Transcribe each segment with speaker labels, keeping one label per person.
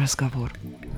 Speaker 1: разговор.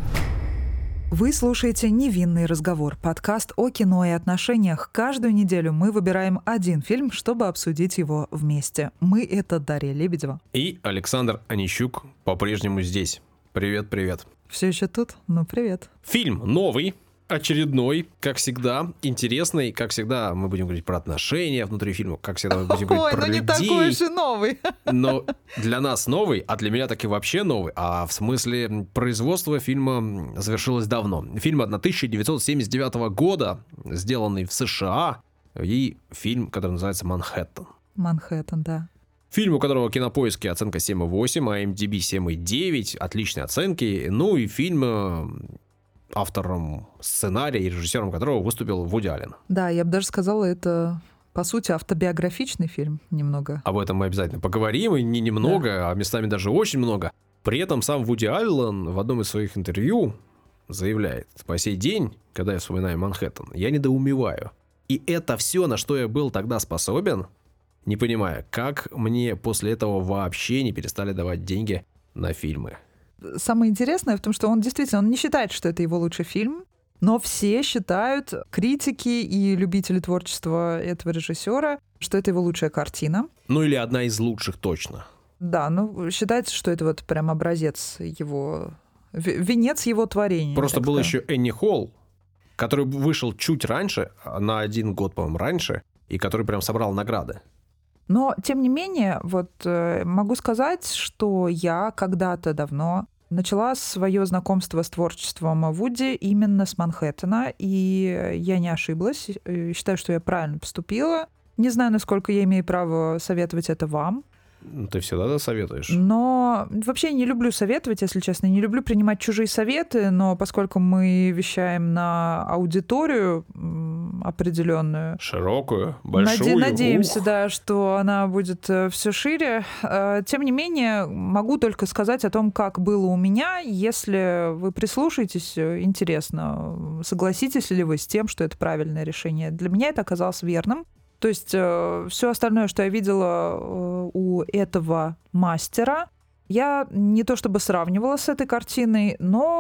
Speaker 1: Вы слушаете «Невинный разговор» — подкаст о кино и отношениях. Каждую неделю мы выбираем один фильм, чтобы обсудить его вместе. Мы — это Дарья Лебедева.
Speaker 2: И Александр Онищук по-прежнему здесь. Привет-привет.
Speaker 1: Все еще тут? Ну, привет.
Speaker 2: Фильм новый, очередной, как всегда, интересный. Как всегда, мы будем говорить про отношения внутри фильма. Как всегда, мы будем говорить про людей.
Speaker 1: Ой, ну не такой уж и новый.
Speaker 2: Но для нас новый, а для меня таки вообще новый. А в смысле, производство фильма завершилось давно. Фильм 1979 года, сделанный в США, и фильм, который называется «Манхэттен».
Speaker 1: «Манхэттен», да.
Speaker 2: Фильм, у которого Кинопоиске оценка 7,8, а IMDb 7,9, отличные оценки. Ну и фильм, автором сценария и режиссером которого выступил Вуди Аллен.
Speaker 1: Да, я бы даже сказала, это, по сути, автобиографичный фильм немного.
Speaker 2: Об этом мы обязательно поговорим, и не немного, да, а местами даже очень много. При этом сам Вуди Аллен в одном из своих интервью заявляет: по сей день, когда я вспоминаю Манхэттен, я недоумеваю. И это все, на что я был тогда способен, не понимая, как мне после этого вообще не перестали давать деньги на фильмы.
Speaker 1: Самое интересное в том, что он действительно не считает, что это его лучший фильм, но все считают, критики и любители творчества этого режиссера, что это его лучшая картина.
Speaker 2: Ну или одна из лучших точно.
Speaker 1: Да, ну считается, что это вот прям образец его, венец его творения.
Speaker 2: Просто был еще Энни Холл, который вышел чуть раньше, на 1 год, по-моему, раньше, и который прям собрал награды.
Speaker 1: Но, тем не менее, вот могу сказать, что я когда-то давно начала свое знакомство с творчеством Вуди именно с «Манхэттена», и я не ошиблась. Считаю, что я правильно поступила. Не знаю, насколько я имею право советовать это вам.
Speaker 2: Ты всегда советуешь.
Speaker 1: Но вообще не люблю советовать, если честно. Не люблю принимать чужие советы, но поскольку мы вещаем на аудиторию определенную,
Speaker 2: широкую, большую.
Speaker 1: Надеемся, да, что она будет все шире. Тем не менее, могу только сказать о том, как было у меня. Если вы прислушаетесь, интересно, согласитесь ли вы с тем, что это правильное решение. Для меня это оказалось верным. То есть все остальное, что я видела у этого мастера, я не то чтобы сравнивала с этой картиной,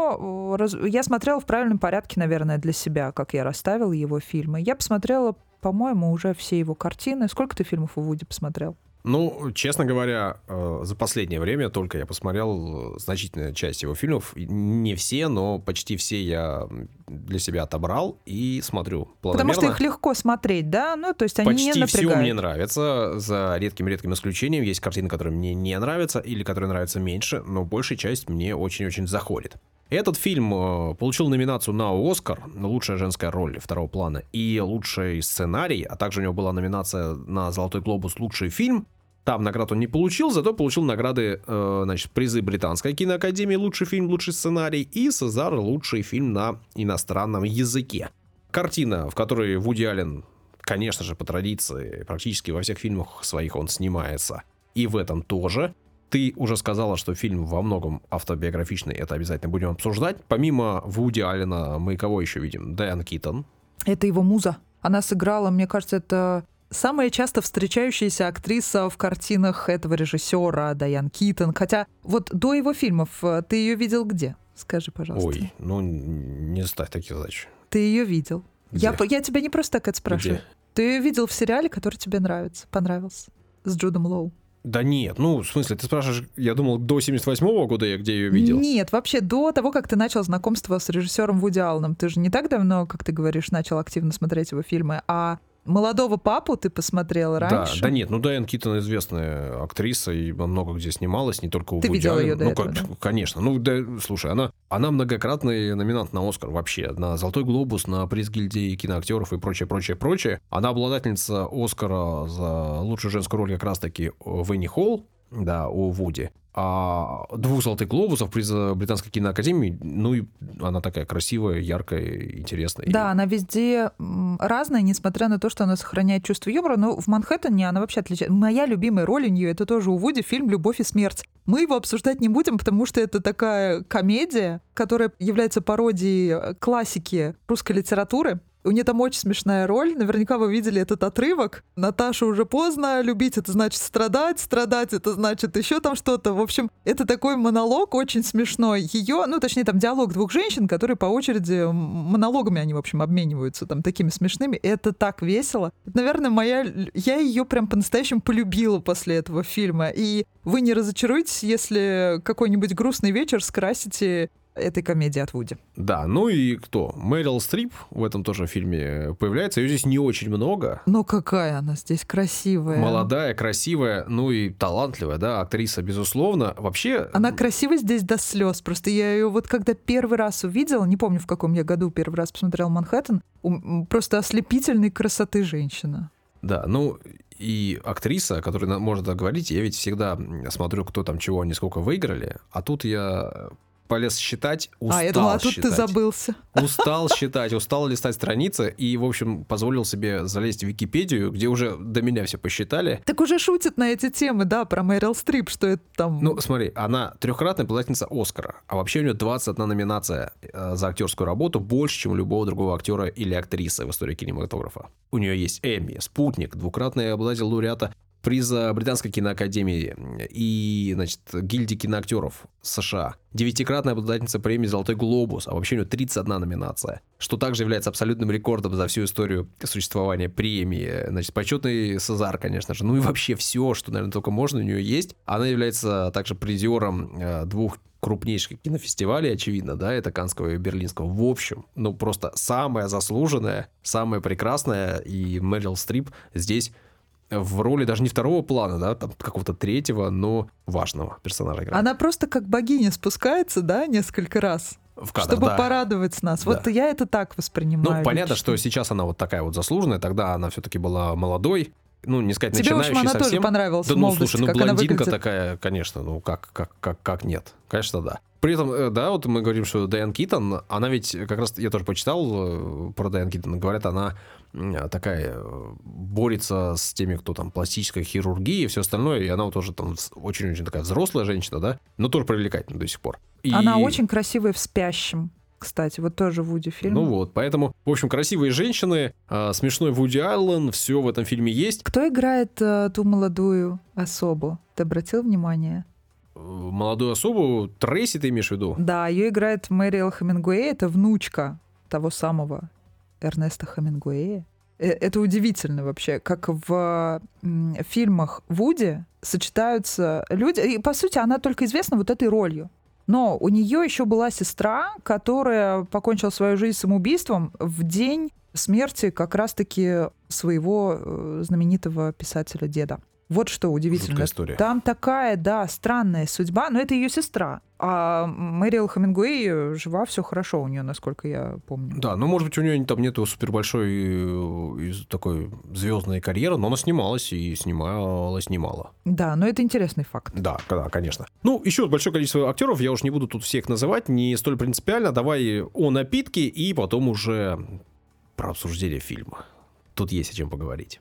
Speaker 1: но я смотрела в правильном порядке, наверное, для себя, как я расставила его фильмы. Я посмотрела, по-моему, уже все его картины. Сколько ты фильмов у Вуди посмотрел?
Speaker 2: Ну, честно говоря, за последнее время только я посмотрел значительную часть его фильмов. Не все, но почти все я для себя отобрал и смотрю планомерно.
Speaker 1: Потому что их легко смотреть, да? Ну, то есть они
Speaker 2: почти
Speaker 1: не напрягают.
Speaker 2: Почти все мне нравится, за редким-редким исключением. Есть картины, которые мне не нравятся или которые нравятся меньше, но большая часть мне очень-очень заходит. Этот фильм получил номинацию на «Оскар», лучшая женская роль второго плана, и лучший сценарий, а также у него была номинация на «Золотой глобус» лучший фильм. Там наград он не получил, зато получил награды, призы Британской киноакадемии «Лучший фильм, лучший сценарий» и «Сезар» лучший фильм на иностранном языке. Картина, в которой Вуди Аллен, конечно же, по традиции, практически во всех фильмах своих он снимается. И в этом тоже. Ты уже сказала, что фильм во многом автобиографичный, это обязательно будем обсуждать. Помимо Вуди Аллена мы кого еще видим? Дайан Китон.
Speaker 1: Это его муза. Она сыграла, мне кажется, это самая часто встречающаяся актриса в картинах этого режиссера Дайан Китон. Хотя вот до его фильмов ты ее видел где? Скажи, пожалуйста.
Speaker 2: Ой, ну не ставь таких задач.
Speaker 1: Ты ее видел.
Speaker 2: Где?
Speaker 1: Я тебя не просто так это спрашиваю.
Speaker 2: Где?
Speaker 1: Ты ее видел в сериале, который тебе понравился, с Джудом Лоу.
Speaker 2: Да нет, ну, в смысле, ты спрашиваешь, я думал, до 78-го года я где ее видел?
Speaker 1: Нет, вообще до того, как ты начал знакомство с режиссером Вуди Алленом. Ты же не так давно, как ты говоришь, начал активно смотреть его фильмы, а «Молодого папу» ты посмотрел раньше?
Speaker 2: Да нет, ну Дайан Китон известная актриса и много где снималась, не только у
Speaker 1: Ты
Speaker 2: Вуди
Speaker 1: видел
Speaker 2: Аллена.
Speaker 1: ее до этого, да?
Speaker 2: Конечно. Ну, да, слушай, она многократный номинант на «Оскар» вообще, на «Золотой глобус», на приз гильдии киноактеров и прочее. Она обладательница «Оскара» за лучшую женскую роль как раз-таки в Энни Холл, да, у Вуди. А 2 «Золотых глобусов», приза Британской киноакадемии, ну и она такая красивая, яркая, интересная.
Speaker 1: Да, она везде разная, несмотря на то, что она сохраняет чувство юмора, но в «Манхэттене» она вообще отличается. Моя любимая роль у нее это тоже у Вуди, фильм «Любовь и смерть». Мы его обсуждать не будем, потому что это такая комедия, которая является пародией классики русской литературы. У нее там очень смешная роль. Наверняка вы видели этот отрывок. Наташа уже поздно. Любить — это значит страдать. Страдать — это значит еще там что-то. В общем, это такой монолог очень смешной. Ее, ну, точнее, там диалог двух женщин, которые по очереди монологами они, в общем, обмениваются там такими смешными. Это так весело. Это, наверное, я ее прям по-настоящему полюбила после этого фильма. И вы не разочаруетесь, если какой-нибудь грустный вечер скрасите этой комедии от Вуди.
Speaker 2: Да, ну и кто? Мэрил Стрип в этом тоже фильме появляется. Ее здесь не очень много.
Speaker 1: Но какая она здесь красивая.
Speaker 2: Молодая, красивая, ну и талантливая, да, актриса, безусловно. Вообще...
Speaker 1: Она красивая здесь до слез. Просто я ее вот когда первый раз увидела, не помню, в каком я году первый раз посмотрела «Манхэттен», просто ослепительной красоты женщина.
Speaker 2: Да, ну и актриса, которая может говорить, я ведь всегда смотрю, кто там чего, они сколько выиграли, а тут я полез считать, устал
Speaker 1: я думала, тут
Speaker 2: считать.
Speaker 1: Ты забылся.
Speaker 2: Устал считать, устал листать страницы и, в общем, позволил себе залезть в Википедию, где уже до меня все посчитали.
Speaker 1: Так уже шутят на эти темы, да, про Мэрил Стрип, что это там...
Speaker 2: Ну, смотри, она 3-кратная обладательница Оскара, а вообще у нее 21 номинация за актерскую работу, больше, чем у любого другого актера или актрисы в истории кинематографа. У нее есть Эмми, Спутник, 2-кратный обладатель лауреата приза Британской киноакадемии и, значит, гильдии киноактеров США. 9-кратная обладательница премии «Золотой глобус», а вообще у нее 31 номинация, что также является абсолютным рекордом за всю историю существования премии. Значит, почетный Сезар, конечно же. Ну и вообще все, что, наверное, только можно, у нее есть. Она является также призером 2 крупнейших кинофестивалей, очевидно, да, это Каннского и Берлинского. В общем, ну просто самая заслуженная, самая прекрасная, и Мэрил Стрип здесь в роли даже не второго плана, да, там какого-то третьего, но важного персонажа играет.
Speaker 1: Она просто как богиня спускается, да, несколько раз.
Speaker 2: В кадр,
Speaker 1: чтобы
Speaker 2: да.
Speaker 1: порадовать нас. Да. Вот я это так воспринимаю.
Speaker 2: Ну, понятно, что сейчас она вот такая вот заслуженная, тогда она все-таки была молодой, ну, не сказать
Speaker 1: тебе,
Speaker 2: начинающей
Speaker 1: она
Speaker 2: совсем.
Speaker 1: Тоже понравилась
Speaker 2: да,
Speaker 1: в молодости,
Speaker 2: слушай,
Speaker 1: как
Speaker 2: блондинка такая, конечно, ну, как нет? Конечно, да. При этом, да, вот мы говорим, что Дайан Китон, она ведь, как раз, я тоже почитал про Дайан Китон, говорят, она такая, борется с теми, кто там пластическая хирургия и все остальное, и она вот тоже там очень-очень такая взрослая женщина, да, но тоже привлекательна до сих пор.
Speaker 1: Она очень красивая в «Спящем». Кстати, вот тоже Вуди фильм.
Speaker 2: Ну вот, поэтому, в общем, красивые женщины, смешной Вуди Аллен, все в этом фильме есть.
Speaker 1: Кто играет ту молодую особу? Ты обратил внимание?
Speaker 2: Молодую особу Трейси ты имеешь в виду?
Speaker 1: Да, ее играет Мэрил Хемингуэй, это внучка того самого Эрнеста Хемингуэя. Это удивительно вообще, как в фильмах Вуди сочетаются люди. И, по сути, она только известна вот этой ролью. Но у нее еще была сестра, которая покончила свою жизнь самоубийством в день смерти как раз-таки своего знаменитого писателя-деда. Вот что удивительно.
Speaker 2: Жуткая история.
Speaker 1: Там такая, да, странная судьба, но это ее сестра. А Мэрил Хемингуэй жива, все хорошо у нее, насколько я помню.
Speaker 2: Да, ну, может быть, у нее там нету супер большой такой звездной карьеры, но она снималась и снималась немало.
Speaker 1: Да, но это интересный факт.
Speaker 2: Да, конечно. Ну, еще большое количество актеров, я уж не буду тут всех называть, не столь принципиально. Давай о напитке и потом уже про обсуждение фильма. Тут есть о чем поговорить.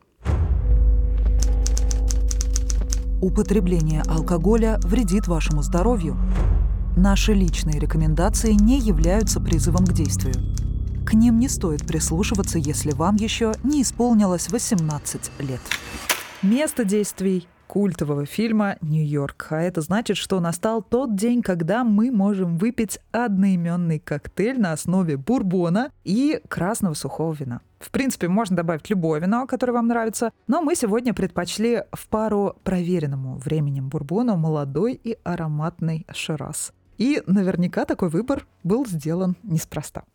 Speaker 3: Употребление алкоголя вредит вашему здоровью. Наши личные рекомендации не являются призывом к действию. К ним не стоит прислушиваться, если вам еще не исполнилось 18 лет.
Speaker 1: Место действий культового фильма «Нью-Йорк». А это значит, что настал тот день, когда мы можем выпить одноименный коктейль на основе бурбона и красного сухого вина. В принципе, можно добавить любое вино, которое вам нравится, но мы сегодня предпочли в пару проверенному временем бурбону молодой и ароматный шираз. И наверняка такой выбор был сделан неспроста.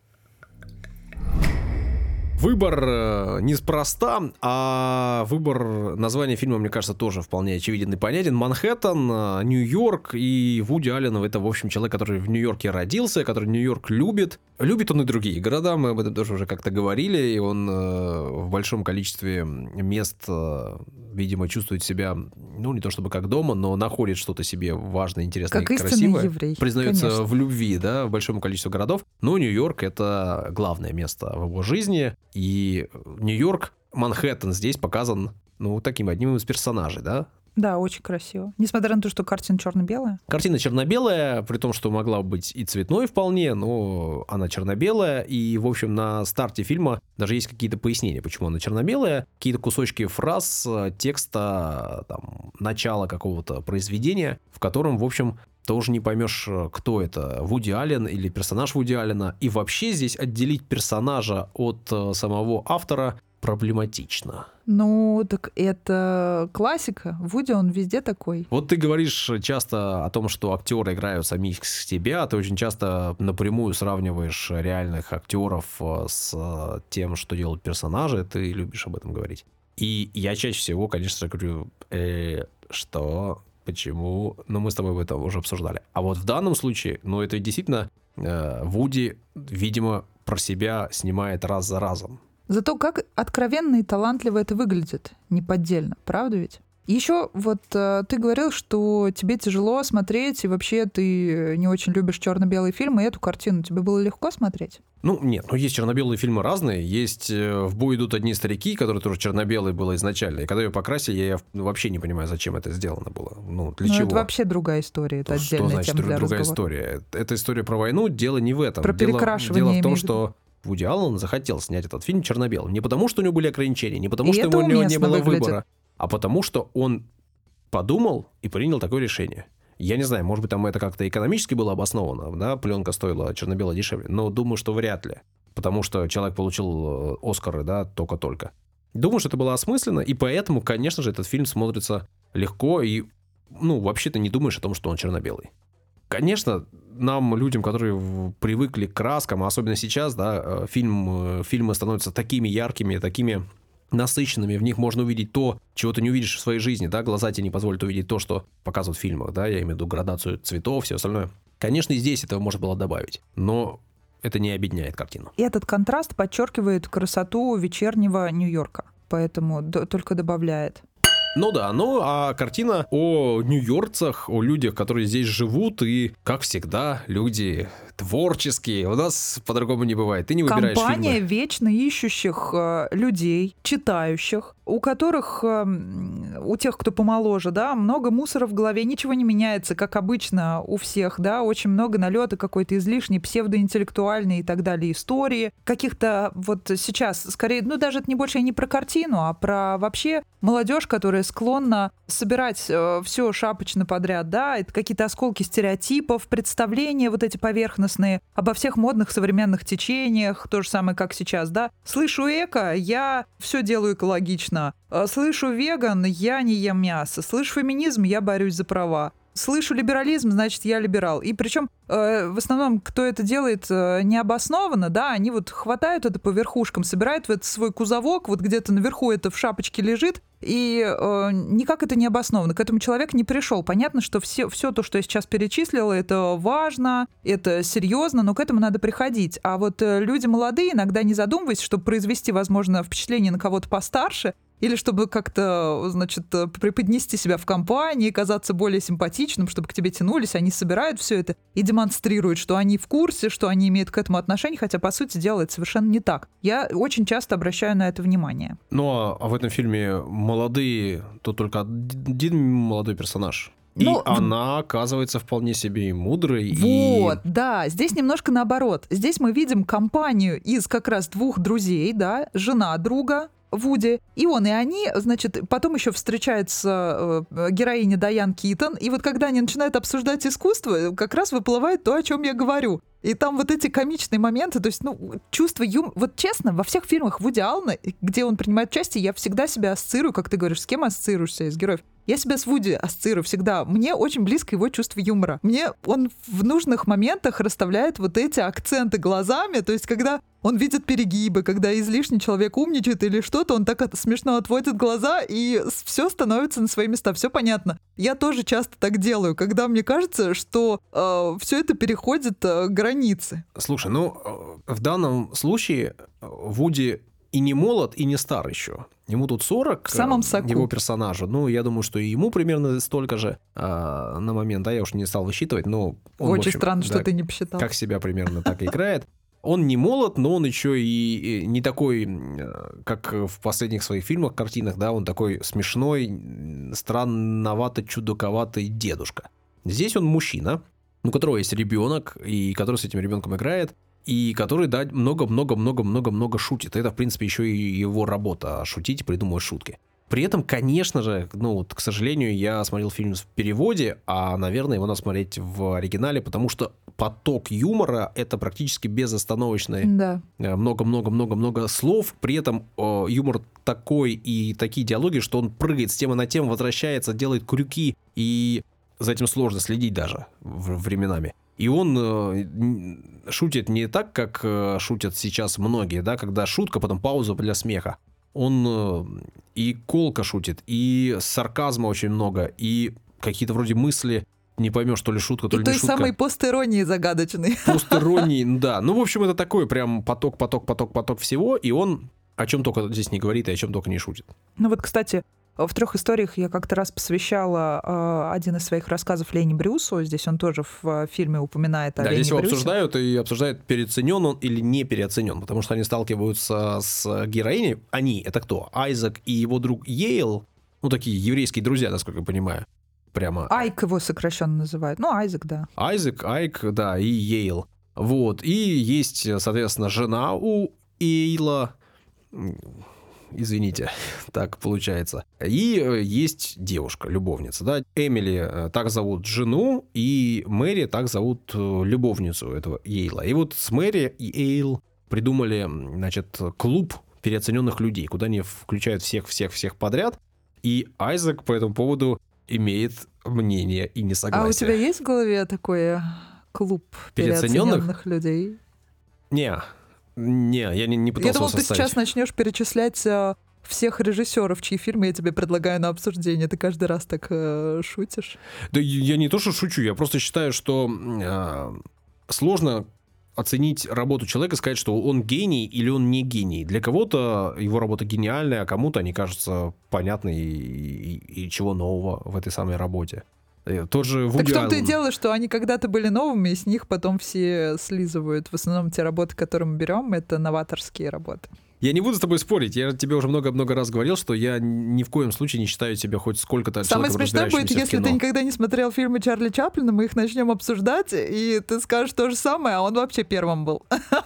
Speaker 2: Выбор неспроста, а выбор названия фильма, мне кажется, тоже вполне очевиден и понятен. Манхэттен, Нью-Йорк, и Вуди Аллен — это, в общем, человек, который в Нью-Йорке родился, который Нью-Йорк любит. Любит он и другие города, мы об этом тоже уже как-то говорили, и он в большом количестве мест, видимо, чувствует себя, ну, не то чтобы как дома, но находит что-то себе важное, интересное
Speaker 1: как
Speaker 2: и красивое.
Speaker 1: Еврей,
Speaker 2: признается,
Speaker 1: конечно,
Speaker 2: в любви, да, в большому количеству городов. Но Нью-Йорк — это главное место в его жизни. И Нью-Йорк, Манхэттен здесь показан, ну, таким одним из персонажей, да?
Speaker 1: Да, очень красиво. Несмотря на то, что картина черно-белая.
Speaker 2: Картина черно-белая, при том, что могла быть и цветной вполне, но она черно-белая. И, в общем, на старте фильма даже есть какие-то пояснения, почему она черно-белая. Какие-то кусочки фраз, текста, там, начала какого-то произведения, в котором, в общем, тоже не поймешь, кто это, Вуди Аллен или персонаж Вуди Аллена. И вообще здесь отделить персонажа от самого автора проблематично.
Speaker 1: Ну, так это классика. Вуди, он везде такой.
Speaker 2: Вот ты говоришь часто о том, что актеры играют самих себя, ты очень часто напрямую сравниваешь реальных актеров с тем, что делают персонажи, ты любишь об этом говорить. И я чаще всего, конечно, говорю, что, почему, но мы с тобой об этом уже обсуждали. А вот в данном случае, ну, это действительно Вуди, видимо, про себя снимает раз за разом.
Speaker 1: Зато как откровенно и талантливо это выглядит, неподдельно, правда ведь? Еще вот ты говорил, что тебе тяжело смотреть, и вообще ты не очень любишь черно-белые фильмы, и эту картину тебе было легко смотреть?
Speaker 2: Ну, нет, ну есть черно-белые фильмы разные. Есть «В бой идут одни старики», который тоже черно-белый был изначально. И когда ее покрасили, я вообще не понимаю, зачем это сделано было. Ну, для чего?
Speaker 1: Это вообще другая история, это
Speaker 2: Что
Speaker 1: отдельная
Speaker 2: значит
Speaker 1: тема для
Speaker 2: другая
Speaker 1: разговора.
Speaker 2: история? Это история про войну, дело не в этом.
Speaker 1: Про перекрашивание
Speaker 2: Дело в том,
Speaker 1: имею в
Speaker 2: что Вуди Аллен захотел снять этот фильм черно-белым. Не потому, что у него были ограничения, не потому,
Speaker 1: И
Speaker 2: что
Speaker 1: это
Speaker 2: у него не
Speaker 1: уместно
Speaker 2: было
Speaker 1: выглядит.
Speaker 2: выбора, а потому, что он подумал и принял такое решение. Я не знаю, может быть, там это как-то экономически было обосновано, да, пленка стоила черно-белая дешевле, но думаю, что вряд ли, потому что человек получил Оскары, да, только-только. Думаю, что это было осмысленно, и поэтому, конечно же, этот фильм смотрится легко, и, ну, вообще ты не думаешь о том, что он черно-белый. Конечно, нам, людям, которые привыкли к краскам, а особенно сейчас, да, фильмы становятся такими яркими, такими насыщенными, в них можно увидеть то, чего ты не увидишь в своей жизни, да, глаза тебе не позволят увидеть то, что показывают в фильмах, да, я имею в виду градацию цветов, все остальное. Конечно, и здесь этого можно было добавить, но это не объединяет картину.
Speaker 1: И этот контраст подчеркивает красоту вечернего Нью-Йорка, поэтому только добавляет.
Speaker 2: Ну да, ну а картина о нью-йоркцах, о людях, которые здесь живут, и, как всегда, люди творческие. У нас по-другому не бывает. Ты не выбираешь
Speaker 1: Компания
Speaker 2: фильмы.
Speaker 1: вечно ищущих людей, читающих, у которых, у тех, кто помоложе, да, много мусора в голове, ничего не меняется, как обычно у всех, да, очень много налета какой-то излишней, псевдоинтеллектуальной и так далее истории, каких-то вот сейчас, скорее, ну даже это не больше не про картину, а про вообще молодежь, которая склонна собирать все шапочно подряд, да, это какие-то осколки стереотипов, представления вот эти поверхностные обо всех модных современных течениях, то же самое, как сейчас, да. Слышу эко, я все делаю экологично. Слышу веган, я не ем мясо. Слышу феминизм, я борюсь за права. Слышу либерализм, значит, я либерал. И причем в основном, кто это делает необоснованно, да, они вот хватают это по верхушкам, собирают в этот свой кузовок, вот где-то наверху это в шапочке лежит, и никак это не обосновано. К этому человек не пришел. Понятно, что все то, что я сейчас перечислила, это важно, это серьезно, но к этому надо приходить. А вот люди молодые, иногда не задумываясь, чтобы произвести, возможно, впечатление на кого-то постарше, или чтобы как-то, значит, преподнести себя в компании, казаться более симпатичным, чтобы к тебе тянулись, они собирают все это и демонстрируют, что они в курсе, что они имеют к этому отношение, хотя, по сути дела, это совершенно не так. Я очень часто обращаю на это внимание.
Speaker 2: Ну, а в этом фильме молодые, тут только один молодой персонаж.
Speaker 1: Ну,
Speaker 2: и она оказывается вполне себе и мудрой.
Speaker 1: Вот, да, здесь немножко наоборот. Здесь мы видим компанию из как раз двух друзей, да, жена друга, Вуди, и он, и они, значит, потом еще встречается героиня Дайан Китон, и вот когда они начинают обсуждать искусство, как раз выплывает то, о чем я говорю. И там вот эти комичные моменты, то есть, ну, чувство юмора. Вот честно, во всех фильмах Вуди Аллена, где он принимает участие, я всегда себя ассоциирую, как ты говоришь, с кем ассоциируешься из героев? Я себя с Вуди ассоциирую всегда. Мне очень близко его чувство юмора. Мне он в нужных моментах расставляет вот эти акценты глазами, то есть когда он видит перегибы, когда излишний человек умничает или что-то, он так смешно отводит глаза, и все становится на свои места, все понятно. Я тоже часто так делаю, когда мне кажется, что все это переходит границы.
Speaker 2: Слушай, ну, в данном случае Вуди и не молод, и не стар еще. Ему тут 40,
Speaker 1: в самом соку.
Speaker 2: Его персонажу. Ну, я думаю, что и ему примерно столько же на момент, да, я уж не стал высчитывать, но он,
Speaker 1: Очень
Speaker 2: в общем,
Speaker 1: странно,
Speaker 2: да,
Speaker 1: что ты не посчитал.
Speaker 2: как себя примерно так и играет. Он не молод, но он еще и не такой, как в последних своих фильмах, картинах, да, он такой смешной, странновато чудаковатый дедушка. Здесь он мужчина, у которого есть ребенок, и который с этим ребенком играет, и который, да, много-много-много-много-много шутит. Это, в принципе, еще и его работа — шутить и придумывать шутки. При этом, конечно же, к сожалению, я смотрел фильм в переводе, а, наверное, его надо смотреть в оригинале, потому что поток юмора — это практически безостановочный.
Speaker 1: Да.
Speaker 2: Много-много-много-много слов. При этом юмор такой и такие диалоги, что он прыгает с темы на тему, возвращается, делает крюки, и за этим сложно следить даже временами. И он шутит не так, как шутят сейчас многие, да, когда шутка, потом пауза для смеха. Он и колко шутит, и сарказма очень много, и какие-то вроде мысли, не поймешь, то ли шутка, то ли не шутка.
Speaker 1: И той самой постиронии загадочной.
Speaker 2: Постиронии, да. В общем, это такой прям поток всего, и он о чем только здесь не говорит и о чем только не шутит.
Speaker 1: Кстати, в 3 историях я как-то раз посвящала один из своих рассказов Лене Брюсу. Здесь он тоже в фильме упоминает о Лене
Speaker 2: Брюсе. Да, здесь его обсуждают, переоценен он или не переоценен, потому что они сталкиваются с героиней. Они — это кто? Айзек и его друг Йейл, такие еврейские друзья, насколько я понимаю. Прямо.
Speaker 1: Айк его сокращенно называют. Айзек, да.
Speaker 2: Айк, да, и Йейл. Вот. И есть, соответственно, жена у Йейла. Извините, так получается. И есть девушка, любовница, да. Эмили так зовут жену, и Мэри так зовут любовницу этого Йейла. И вот с Мэри и Йейл придумали, значит, клуб переоцененных людей, куда они включают всех подряд. И Айзек по этому поводу имеет мнение и несогласие.
Speaker 1: А у тебя есть в голове такой клуб переоцененных людей?
Speaker 2: Не, я не пытался.
Speaker 1: Я думал,
Speaker 2: составить.
Speaker 1: Ты сейчас начнешь перечислять всех режиссеров, чьи фильмы я тебе предлагаю на обсуждение. Ты каждый раз так шутишь.
Speaker 2: Да я не то, что шучу, я просто считаю, что сложно оценить работу человека, сказать, что он гений или он не гений. Для кого-то его работа гениальная, а кому-то они кажутся понятной и чего нового в этой самой работе. Тот же Вуди
Speaker 1: Так в том-то и
Speaker 2: Аллен.
Speaker 1: дело, что они когда-то были новыми, и с них потом все слизывают. В основном те работы, которые мы берем, это новаторские работы.
Speaker 2: Я не буду с тобой спорить. Я тебе уже много-много раз говорил, что я ни в коем случае не считаю себя хоть сколько-то человеком,
Speaker 1: Самое смешное будет, если ты никогда не смотрел фильмы Чарли Чаплина, мы их начнем обсуждать, и ты скажешь то же самое, а он вообще первым был.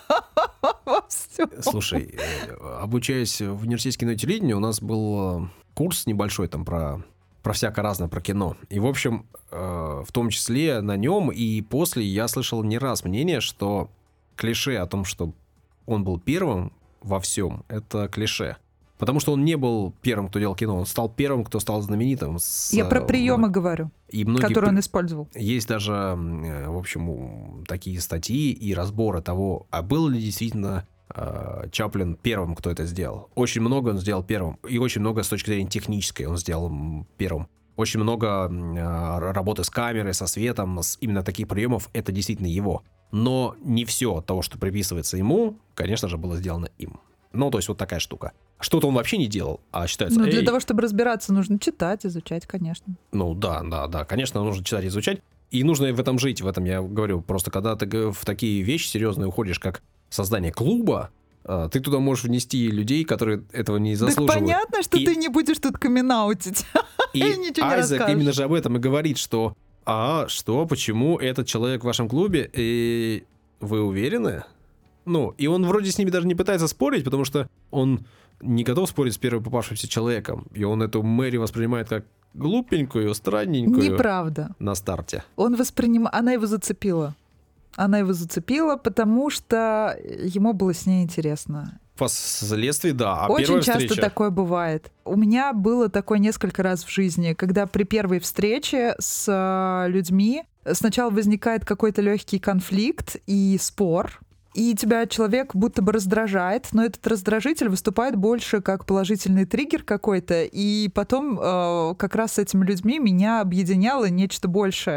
Speaker 2: Слушай, обучаясь в университете кино и телевидения, у нас был курс небольшой там про всякое разное, про кино. И, в общем, в том числе на нем и после я слышал не раз мнение, что клише о том, что он был первым во всем, это клише. Потому что он не был первым, кто делал кино, он стал первым, кто стал знаменитым.
Speaker 1: Я про приемы говорю, которые он использовал.
Speaker 2: Есть даже, в общем, такие статьи и разборы того, а был ли действительно Чаплин первым, кто это сделал. Очень много он сделал первым. И очень много с точки зрения технической он сделал первым. Очень много работы с камерой, со светом, именно таких приемов, это действительно его. Но не все от того, что приписывается ему, конечно же, было сделано им. То есть вот такая штука. Что-то он вообще не делал, а считается...
Speaker 1: для того, чтобы разбираться, нужно читать, изучать, конечно.
Speaker 2: Да, конечно, нужно читать, изучать. И нужно в этом жить, в этом я говорю. Просто когда ты в такие вещи серьезные уходишь, как создание клуба, ты туда можешь внести людей, которые этого не заслуживают.
Speaker 1: Так понятно, что ты не будешь тут камин-аутить.
Speaker 2: И Айзек именно же об этом и говорит, что почему этот человек в вашем клубе, и вы уверены? И он вроде с ними даже не пытается спорить, потому что он не готов спорить с первым попавшимся человеком. И он эту Мэри воспринимает как глупенькую, странненькую.
Speaker 1: Неправда.
Speaker 2: На старте.
Speaker 1: Она его зацепила. Она его зацепила, потому что ему было с ней интересно.
Speaker 2: Впоследствии, да.
Speaker 1: Очень часто такое бывает. У меня было такое несколько раз в жизни, когда при первой встрече с людьми сначала возникает какой-то легкий конфликт и спор, и тебя человек будто бы раздражает, но этот раздражитель выступает больше как положительный триггер какой-то, и потом как раз с этими людьми меня объединяло нечто большее.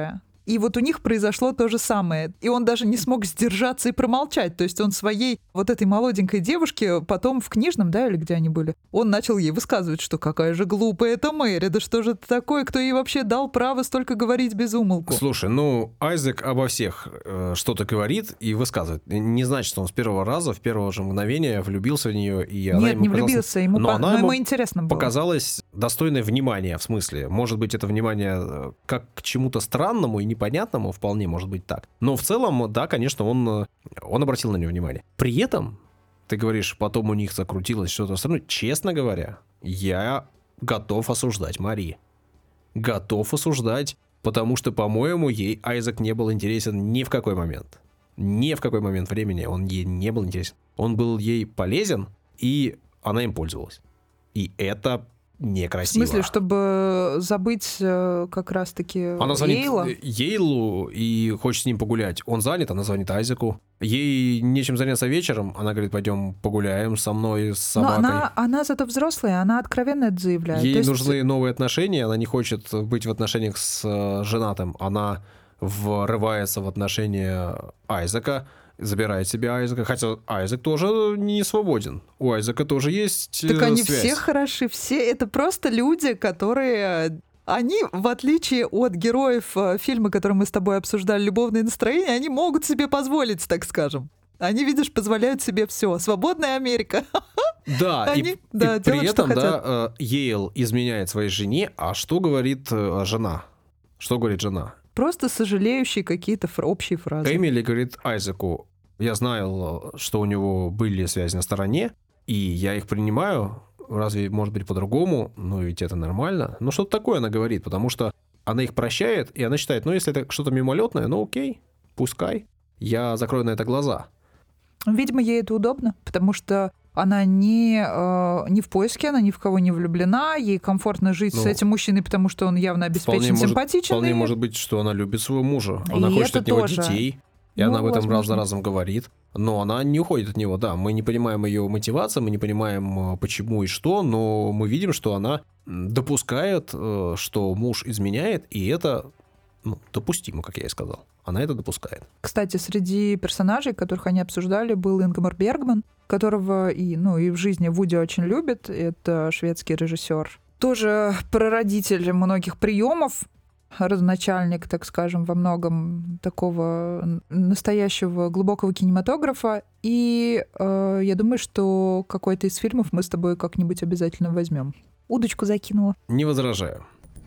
Speaker 1: И вот у них произошло то же самое. И он даже не смог сдержаться и промолчать. То есть он своей вот этой молоденькой девушке потом в книжном, да, или где они были, он начал ей высказывать, что какая же глупая эта Мэри, да что же это такое, кто ей вообще дал право столько говорить без умолку.
Speaker 2: Слушай, ну, Айзек обо всех что-то говорит и высказывает. Не значит, что он с первого раза, в первое же мгновение влюбился в нее, и она
Speaker 1: Нет,
Speaker 2: ему
Speaker 1: не влюбился, но ему интересно было.
Speaker 2: Показалось достойное внимания, в смысле. Может быть, это внимание как к чему-то странному и непонятному, вполне может быть так. Но в целом, да, конечно, он обратил на нее внимание. При этом, ты говоришь, потом у них закрутилось что-то странное. Честно говоря, я готов осуждать Мари. Готов осуждать, потому что, по-моему, ей Айзек не был интересен ни в какой момент. Ни в какой момент времени он ей не был интересен. Он был ей полезен, и она им пользовалась. И это некрасиво.
Speaker 1: В смысле, чтобы забыть как раз-таки
Speaker 2: она звонит
Speaker 1: Йейла?
Speaker 2: Йейлу и хочет с ним погулять. Он занят, она звонит Айзеку. Ей нечем заняться вечером. Она говорит, пойдем погуляем со мной, с собакой.
Speaker 1: Но она зато взрослая, она откровенно это заявляет.
Speaker 2: Ей нужны новые отношения, она не хочет быть в отношениях с женатым. Она врывается в отношения Айзека, забирает себе Айзека, хотя Айзек тоже не свободен. У Айзека тоже есть
Speaker 1: так они
Speaker 2: связь.
Speaker 1: все хороши, все это просто люди, которые... Они, в отличие от героев фильма, который мы с тобой обсуждали, «Любовное настроение», они могут себе позволить, так скажем. Они, видишь, позволяют себе все. Свободная Америка.
Speaker 2: Да,
Speaker 1: они,
Speaker 2: и
Speaker 1: да,
Speaker 2: при
Speaker 1: делают,
Speaker 2: этом, да, Йейл изменяет своей жене, а что говорит жена? Что говорит жена?
Speaker 1: Просто сожалеющие какие-то общие фразы.
Speaker 2: Эмили говорит Айзеку, я знаю, что у него были связи на стороне, и я их принимаю. Разве может быть по-другому? Ну, ведь это нормально. Ну, что-то такое она говорит, потому что она их прощает, и она считает, ну, если это что-то мимолетное, ну, окей, пускай. Я закрою на это глаза.
Speaker 1: Видимо, ей это удобно, потому что она не в поиске, она ни в кого не влюблена, ей комфортно жить с этим мужчиной, потому что он явно обеспечен, симпатичен.
Speaker 2: Вполне может быть, что она любит своего мужа. Она хочет от него детей. И она об этом раз за разом говорит. Но она не уходит от него, да. Мы не понимаем ее мотивацию, мы не понимаем, почему и что, но мы видим, что она допускает, что муж изменяет, и это допустимо, как я и сказал. Она это допускает.
Speaker 1: Кстати, среди персонажей, которых они обсуждали, был Ингмар Бергман, которого и в жизни Вуди очень любит. Это шведский режиссер. Тоже прародитель многих приемов. Родоначальник, так скажем, во многом такого настоящего глубокого кинематографа. И я думаю, что какой-то из фильмов мы с тобой как-нибудь обязательно возьмем. Удочку закинула.
Speaker 2: Не возражаю.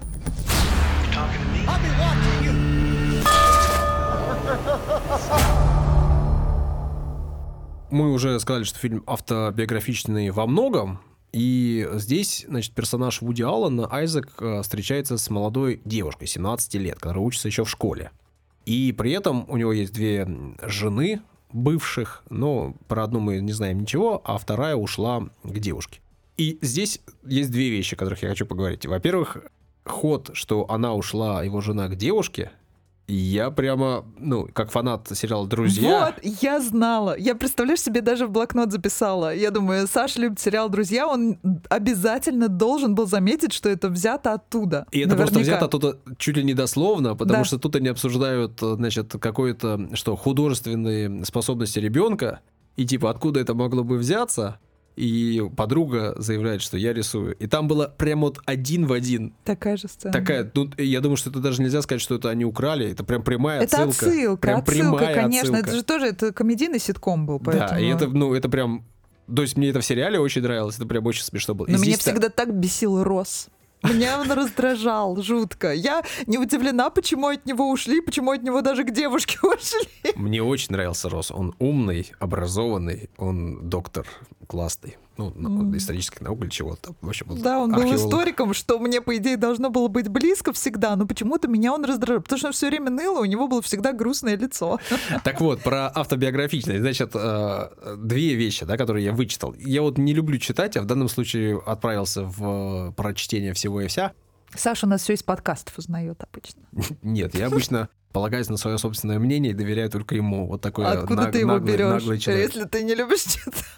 Speaker 2: Мы уже сказали, что фильм автобиографичный во многом. И здесь, значит, персонаж Вуди Аллена, Айзек, встречается с молодой девушкой, 17 лет, которая учится еще в школе. И при этом у него есть две жены бывших, но про одну мы не знаем ничего, а вторая ушла к девушке. И здесь есть две вещи, о которых я хочу поговорить. Во-первых, ход, что она ушла, его жена, к девушке, я прямо, как фанат сериала «Друзья».
Speaker 1: Вот, я знала. Я, представляешь, себе даже в блокнот записала. Я думаю, Саша любит сериал «Друзья», он обязательно должен был заметить, что это взято оттуда.
Speaker 2: И это просто взято оттуда чуть ли не дословно, потому что тут они обсуждают, значит, какое-то, художественные способности ребенка, и типа, откуда это могло бы взяться. И подруга заявляет, что я рисую. И там было прям вот один в один.
Speaker 1: Такая же сцена.
Speaker 2: Такая, я думаю, что это даже нельзя сказать, что это они украли. Это прям прямая отсылка.
Speaker 1: Это отсылка,
Speaker 2: прям прямая
Speaker 1: конечно.
Speaker 2: Отсылка.
Speaker 1: Это же тоже комедийный ситком был. Поэтому...
Speaker 2: Да, и это прям... То есть мне это в сериале очень нравилось, это прям очень смешно было.
Speaker 1: Но меня всегда так бесил Росс. Меня он раздражал жутко. Я не удивлена, почему от него ушли, почему от него даже к девушке ушли.
Speaker 2: Мне очень нравился Росс. Он умный, образованный, он доктор классный. Исторических наук или чего-то. Вообще был
Speaker 1: да, он
Speaker 2: археолог.
Speaker 1: был историком, что мне, по идее, должно было быть близко всегда, но почему-то меня он раздражал. Потому что он все время ныло, у него было всегда грустное лицо.
Speaker 2: Так вот, про автобиографичность. Значит, две вещи, да, которые я вычитал. Я вот не люблю читать, а в данном случае отправился в прочтение всего и вся.
Speaker 1: Саша у нас все из подкастов узнает обычно.
Speaker 2: Нет, я обычно полагаюсь на свое собственное мнение и доверяю только ему. Вот такой
Speaker 1: откуда ты его берешь,
Speaker 2: наглый человек.
Speaker 1: если ты не любишь читать?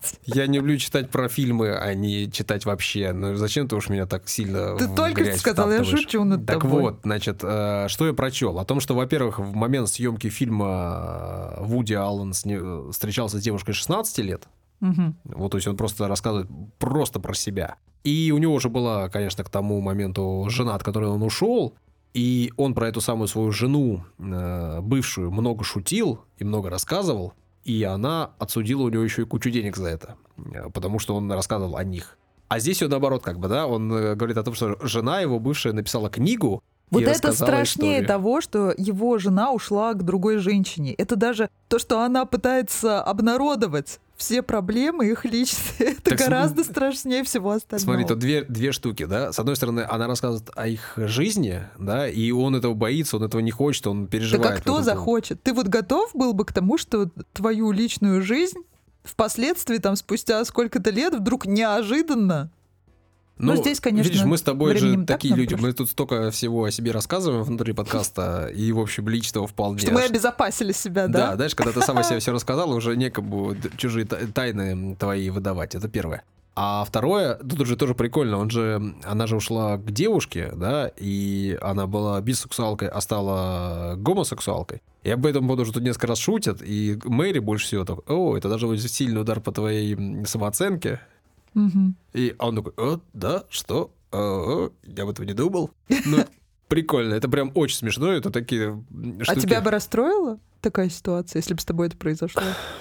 Speaker 2: Я не люблю читать про фильмы, а не читать вообще. Ну зачем ты уж меня так сильно
Speaker 1: Ты
Speaker 2: в
Speaker 1: только
Speaker 2: грязь
Speaker 1: что сказал, я
Speaker 2: втаптываешь?
Speaker 1: шучу над
Speaker 2: Так
Speaker 1: тобой.
Speaker 2: вот, значит, что я прочел? О том, что, во-первых, в момент съемки фильма Вуди Аллен встречался с девушкой 16 лет.
Speaker 1: Мгм.
Speaker 2: Вот, то есть он просто рассказывает просто про себя. И у него уже была, конечно, к тому моменту жена, от которой он ушел. И он про эту самую свою жену, бывшую, много шутил и много рассказывал. И она отсудила у него еще и кучу денег за это. Потому что он рассказывал о них. А здесь все наоборот, как бы, да, он говорит о том, что жена его бывшая написала книгу.
Speaker 1: Вот
Speaker 2: и
Speaker 1: это
Speaker 2: рассказала
Speaker 1: страшнее
Speaker 2: историю.
Speaker 1: того, что его жена ушла к другой женщине. Это даже то, что она пытается обнародовать все проблемы их личные. Это
Speaker 2: Так
Speaker 1: гораздо страшнее всего остального.
Speaker 2: Смотри, тут две штуки, да. С одной стороны, она рассказывает о их жизни, да, и он этого боится, он этого не хочет, он переживает.
Speaker 1: Так а
Speaker 2: по
Speaker 1: кто
Speaker 2: этому поводу.
Speaker 1: захочет? Ты вот готов был бы к тому, что твою личную жизнь впоследствии, там, спустя сколько-то лет, вдруг неожиданно... Ну, здесь, конечно,
Speaker 2: видишь, мы с тобой же
Speaker 1: временем так
Speaker 2: такие
Speaker 1: нам
Speaker 2: люди,
Speaker 1: прошло.
Speaker 2: мы тут столько всего о себе рассказываем внутри подкаста, и, в общем, личного вполне.
Speaker 1: Что мы обезопасили себя, да?
Speaker 2: Да, знаешь, когда ты сам о себе все рассказал, уже некому чужие тайны твои выдавать, это первое. А второе, тут же тоже прикольно, она же ушла к девушке, да, и она была бисексуалкой, а стала гомосексуалкой. И об этом буду, что тут несколько раз шутят, и Мэри больше всего так, это должен быть сильный удар по твоей самооценке.
Speaker 1: Мгм.
Speaker 2: И он такой, да, что? Я об этом не думал. Ну, прикольно, это прям очень смешно, это такие штуки.
Speaker 1: А тебя бы расстроила такая ситуация, если бы с тобой это произошло?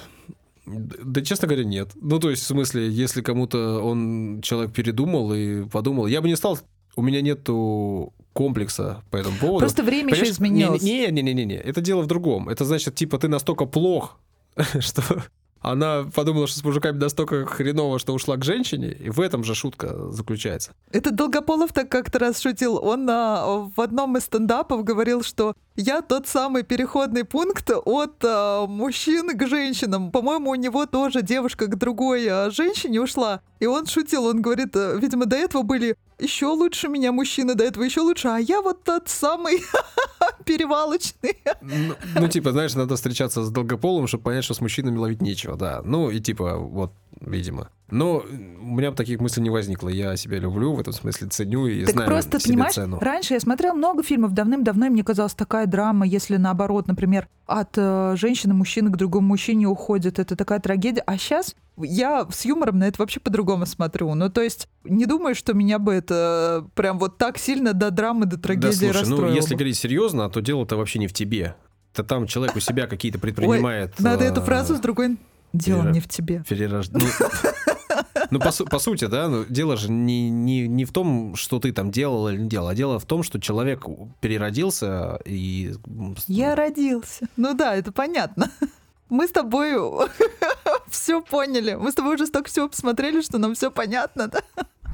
Speaker 2: Да, честно говоря, нет. Ну, то есть, в смысле, если кому-то человек передумал и подумал, я бы не стал, у меня нету комплекса по этому поводу.
Speaker 1: Просто время еще
Speaker 2: Понимаешь,
Speaker 1: изменилось.
Speaker 2: Не, это дело в другом. Это значит, типа, ты настолько плох, что она подумала, что с мужиками настолько хреново, что ушла к женщине, и в этом же шутка заключается.
Speaker 1: Это Долгополов так как-то раз шутил. Он в одном из стендапов говорил, что я тот самый переходный пункт от мужчин к женщинам. По-моему, у него тоже девушка к другой женщине ушла. И он шутил, он говорит, видимо, до этого были еще лучше меня мужчины, до этого еще лучше, а я вот тот самый перевалочный.
Speaker 2: Ну, типа, знаешь, надо встречаться с Долгополовым, чтобы понять, что с мужчинами ловить нечего, да. Ну, и типа, вот, видимо. Но у меня бы таких мыслей не возникло. Я себя люблю, в этом смысле ценю и
Speaker 1: Так
Speaker 2: знаю
Speaker 1: просто,
Speaker 2: себе
Speaker 1: понимаешь,
Speaker 2: цену.
Speaker 1: раньше я смотрела много фильмов давным-давно, и мне казалась такая драма, если наоборот, например, от женщины-мужчины к другому мужчине уходит, это такая трагедия. А сейчас я с юмором на это вообще по-другому смотрю. Ну, то есть, не думаю, что меня бы это прям вот так сильно до драмы, до трагедии
Speaker 2: Да, слушай,
Speaker 1: расстроило
Speaker 2: ну, если
Speaker 1: бы.
Speaker 2: говорить серьезно, то дело-то вообще не в тебе. Это там человек у себя какие-то предпринимает...
Speaker 1: Ой, надо эту фразу с другой... Дело не в тебе.
Speaker 2: Ну, по сути, да, ну, дело же не в том, что ты там делал или не делал, а дело в том, что человек переродился и...
Speaker 1: Я родился. Ну да, это понятно. Мы с тобой все поняли. Мы с тобой уже столько всего посмотрели, что нам все понятно, да?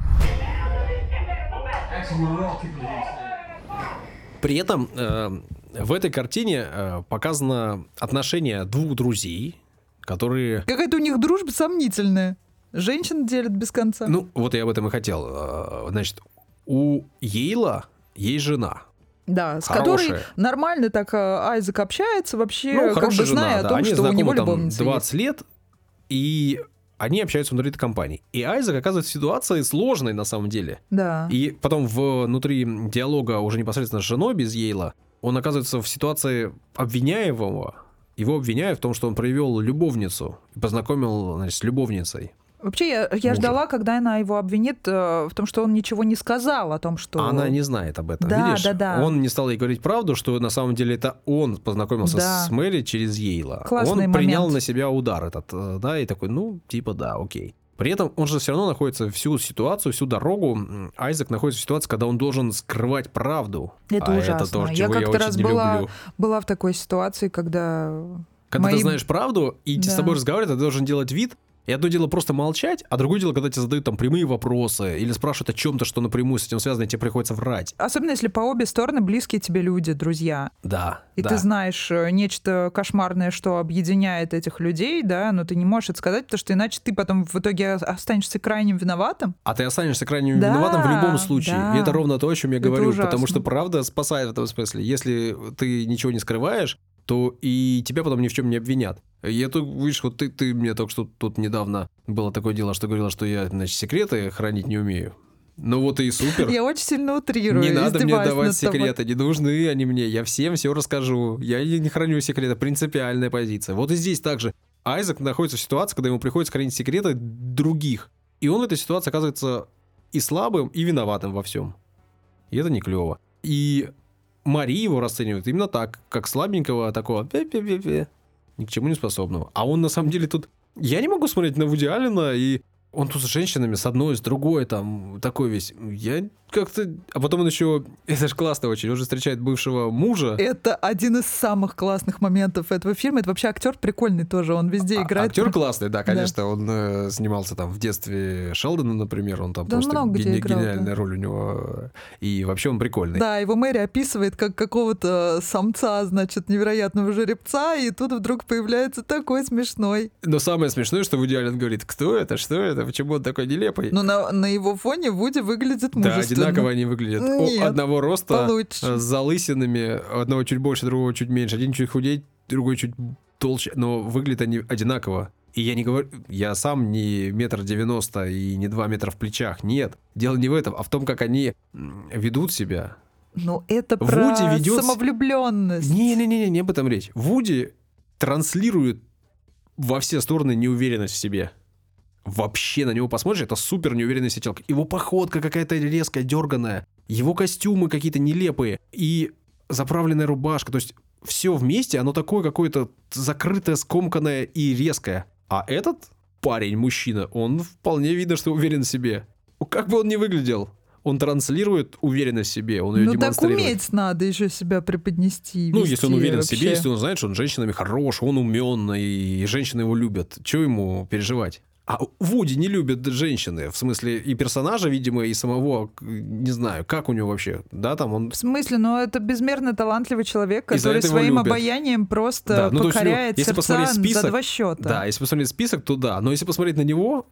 Speaker 2: При этом в этой картине показано отношение двух друзей, которые...
Speaker 1: Какая-то у них дружба сомнительная. Женщин делят без конца.
Speaker 2: Ну, вот я об этом и хотел. Значит, у Йейла есть жена.
Speaker 1: Да, с
Speaker 2: Хорошая.
Speaker 1: которой нормально так Айзек общается вообще,
Speaker 2: Ну,
Speaker 1: как
Speaker 2: хорошая
Speaker 1: бы
Speaker 2: жена,
Speaker 1: зная
Speaker 2: да.
Speaker 1: о том,
Speaker 2: Они
Speaker 1: что у него
Speaker 2: знакомы там
Speaker 1: любовница
Speaker 2: 20 лет, и они общаются внутри этой компании. И Айзек оказывается в ситуации сложной на самом деле.
Speaker 1: Да.
Speaker 2: И потом внутри диалога уже непосредственно с женой без Йейла, он оказывается в ситуации обвиняемого. Его обвиняют в том, что он привел любовницу и познакомил, значит, с любовницей.
Speaker 1: Вообще, я
Speaker 2: Мужа.
Speaker 1: ждала, когда она его обвинит в том, что он ничего не сказал о том, что...
Speaker 2: Она не знает об этом,
Speaker 1: Да,
Speaker 2: видишь?
Speaker 1: да.
Speaker 2: Он не стал ей говорить правду, что на самом деле это он познакомился
Speaker 1: Да.
Speaker 2: с Мэри через Йейла.
Speaker 1: Классный
Speaker 2: Он принял
Speaker 1: момент.
Speaker 2: на себя удар этот, да, и такой, ну, типа, да, окей. При этом он же все равно находится всю ситуацию, всю дорогу. Айзек находится в ситуации, когда он должен скрывать правду.
Speaker 1: Это ужасно.
Speaker 2: Это то,
Speaker 1: Я
Speaker 2: чего я
Speaker 1: как-то
Speaker 2: очень
Speaker 1: раз
Speaker 2: не люблю.
Speaker 1: была в такой ситуации, когда...
Speaker 2: Когда
Speaker 1: мои-
Speaker 2: ты знаешь правду, и
Speaker 1: Да.
Speaker 2: с тобой разговаривают, ты должен делать вид. И одно дело просто молчать, а другое дело, когда тебе задают там прямые вопросы или спрашивают о чем-то, что напрямую с этим связано, и тебе приходится врать.
Speaker 1: Особенно, если по обе стороны близкие тебе люди, друзья.
Speaker 2: Да,
Speaker 1: И
Speaker 2: да.
Speaker 1: ты знаешь нечто кошмарное, что объединяет этих людей, да, но ты не можешь это сказать, потому что иначе ты потом в итоге останешься крайним виноватым.
Speaker 2: А ты останешься крайне
Speaker 1: Да,
Speaker 2: виноватым в любом случае.
Speaker 1: да.
Speaker 2: И это ровно то, о чем я
Speaker 1: Это
Speaker 2: говорю.
Speaker 1: ужасно.
Speaker 2: Потому что правда спасает в этом смысле. Если ты ничего не скрываешь, то и тебя потом ни в чем не обвинят. Я тут, видишь, вот ты мне только что тут недавно было такое дело, что говорила, что я, значит, секреты хранить не умею. Ну вот и супер.
Speaker 1: Я очень сильно утрирую.
Speaker 2: Не надо мне
Speaker 1: издеваюсь
Speaker 2: давать
Speaker 1: над тобой.
Speaker 2: секреты, не нужны они мне. Я всем все расскажу. Я не храню секреты. Принципиальная позиция. Вот и здесь также. Айзек находится в ситуации, когда ему приходится хранить секреты других. И он в этой ситуации оказывается и слабым, и виноватым во всем. И это не клево. И Мари его расценивает именно так, как слабенького такого ни к чему не способного. А он на самом деле тут... Я не могу смотреть на Вуди Аллена, и он тут с женщинами, с одной, с другой, там, такой весь... Я как-то... А потом он еще... Это же классно очень. Он же встречает бывшего мужа.
Speaker 1: Это один из самых классных моментов этого фильма. Это вообще актер прикольный тоже. Он везде играет.
Speaker 2: Актер классный, да, конечно. Он снимался там в детстве Шелдона, например. Он там просто гениальная роль у него. И вообще он прикольный.
Speaker 1: Да, его Мэри описывает как какого-то самца, значит, невероятного жеребца, и тут вдруг появляется такой смешной.
Speaker 2: Но самое смешное, что Вуди Аллен говорит: кто это, что это, почему он такой нелепый?
Speaker 1: Но на его фоне Вуди выглядит мужественно.
Speaker 2: Да, одинаково они выглядят.
Speaker 1: Нет,
Speaker 2: одного роста,
Speaker 1: получше.
Speaker 2: с залысинами, одного чуть больше, другого чуть меньше. Один чуть худее, другой чуть толще, но выглядят они одинаково. И я не говорю, я сам не 1,90 м и не 2 метра в плечах. Нет, дело не в этом, а в том, как они ведут себя.
Speaker 1: Ну, это про самовлюбленность.
Speaker 2: Не об этом речь. Вуди транслирует во все стороны неуверенность в себе. Вообще на него посмотришь, это супер неуверенная сетелка. Его походка какая-то резкая, дерганая. Его костюмы какие-то нелепые. И заправленная рубашка. То есть все вместе, оно такое какое-то закрытое, скомканное и резкое. А этот парень, мужчина, он вполне видно, что уверен в себе. Как бы он ни выглядел, он транслирует уверенность в себе, он ее демонстрирует.
Speaker 1: Ну так уметь надо еще себя преподнести.
Speaker 2: Ну, если он уверен в себе, если он знает, что он с женщинами хорош, он умен, и женщины его любят, чего ему переживать? А Вуди не любит женщины, в смысле и персонажа, видимо, и самого, не знаю, как у него вообще, да, там он...
Speaker 1: В смысле, ну это безмерно талантливый человек, который своим обаянием просто покоряет сердца за 2 счета.
Speaker 2: Да, если посмотреть список, то да, но если посмотреть на него,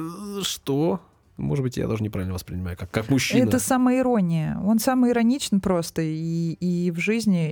Speaker 2: что... Может быть, я даже неправильно воспринимаю, как мужчина.
Speaker 1: Это самоирония. Он самоироничен просто и в жизни,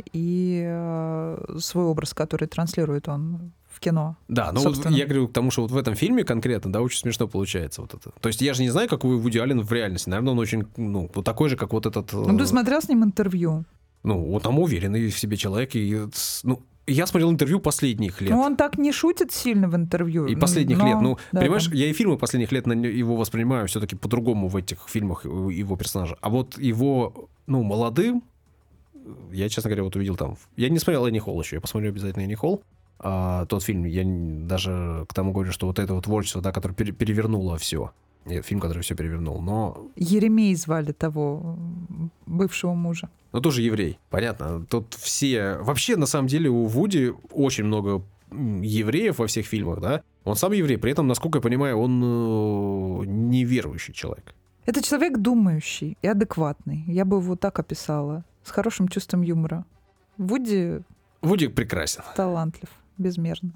Speaker 1: и свой образ, который транслирует он в кино.
Speaker 2: Да, но вот я говорю к тому, что вот в этом фильме конкретно, да, очень смешно получается вот это. То есть я же не знаю, какой Вуди Аллен в реальности. Наверное, он очень, ну, вот такой же, как вот этот...
Speaker 1: Ну, ты смотрел с ним интервью?
Speaker 2: Ну, он там уверенный в себе человек, и, ну, я смотрел интервью последних лет.
Speaker 1: Ну, он так не шутит сильно в интервью.
Speaker 2: И последних лет. Ну, да, понимаешь, я и фильмы последних лет его воспринимаю все-таки по-другому в этих фильмах его персонажа. А вот его, ну, молодым, я, честно говоря, вот увидел там... Я не смотрел Энни Холл еще, я посмотрю обязательно Энни Холл. Тот фильм, я даже к тому говорю, что вот это вот творчество, да, которое перевернуло все. Фильм, который все перевернул, но...
Speaker 1: Еремей звали того бывшего мужа.
Speaker 2: Ну, тоже еврей, понятно. Тут все... Вообще, на самом деле, у Вуди очень много евреев во всех фильмах, да? Он сам еврей, при этом, насколько я понимаю, он неверующий человек.
Speaker 1: Это человек думающий и адекватный. Я бы его так описала. С хорошим чувством юмора. Вуди
Speaker 2: прекрасен.
Speaker 1: Талантлив, безмерно.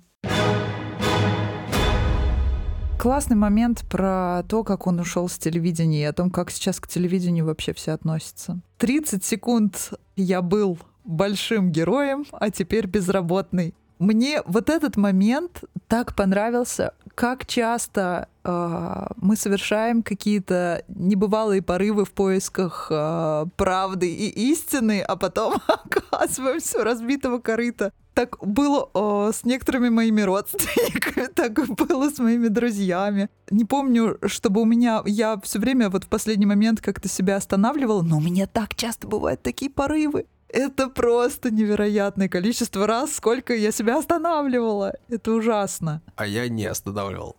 Speaker 1: Классный момент про то, как он ушел с телевидения, и о том, как сейчас к телевидению вообще все относятся. 30 секунд я был большим героем, а теперь безработный. Мне вот этот момент так понравился, как часто мы совершаем какие-то небывалые порывы в поисках правды и истины, а потом оказываемся у разбитого корыта. Так было с некоторыми моими родственниками, так было с моими друзьями. Не помню, чтобы я все время вот в последний момент как-то себя останавливала, но у меня так часто бывают такие порывы. Это просто невероятное количество раз, сколько я себя останавливала. Это ужасно.
Speaker 2: А я не останавливал.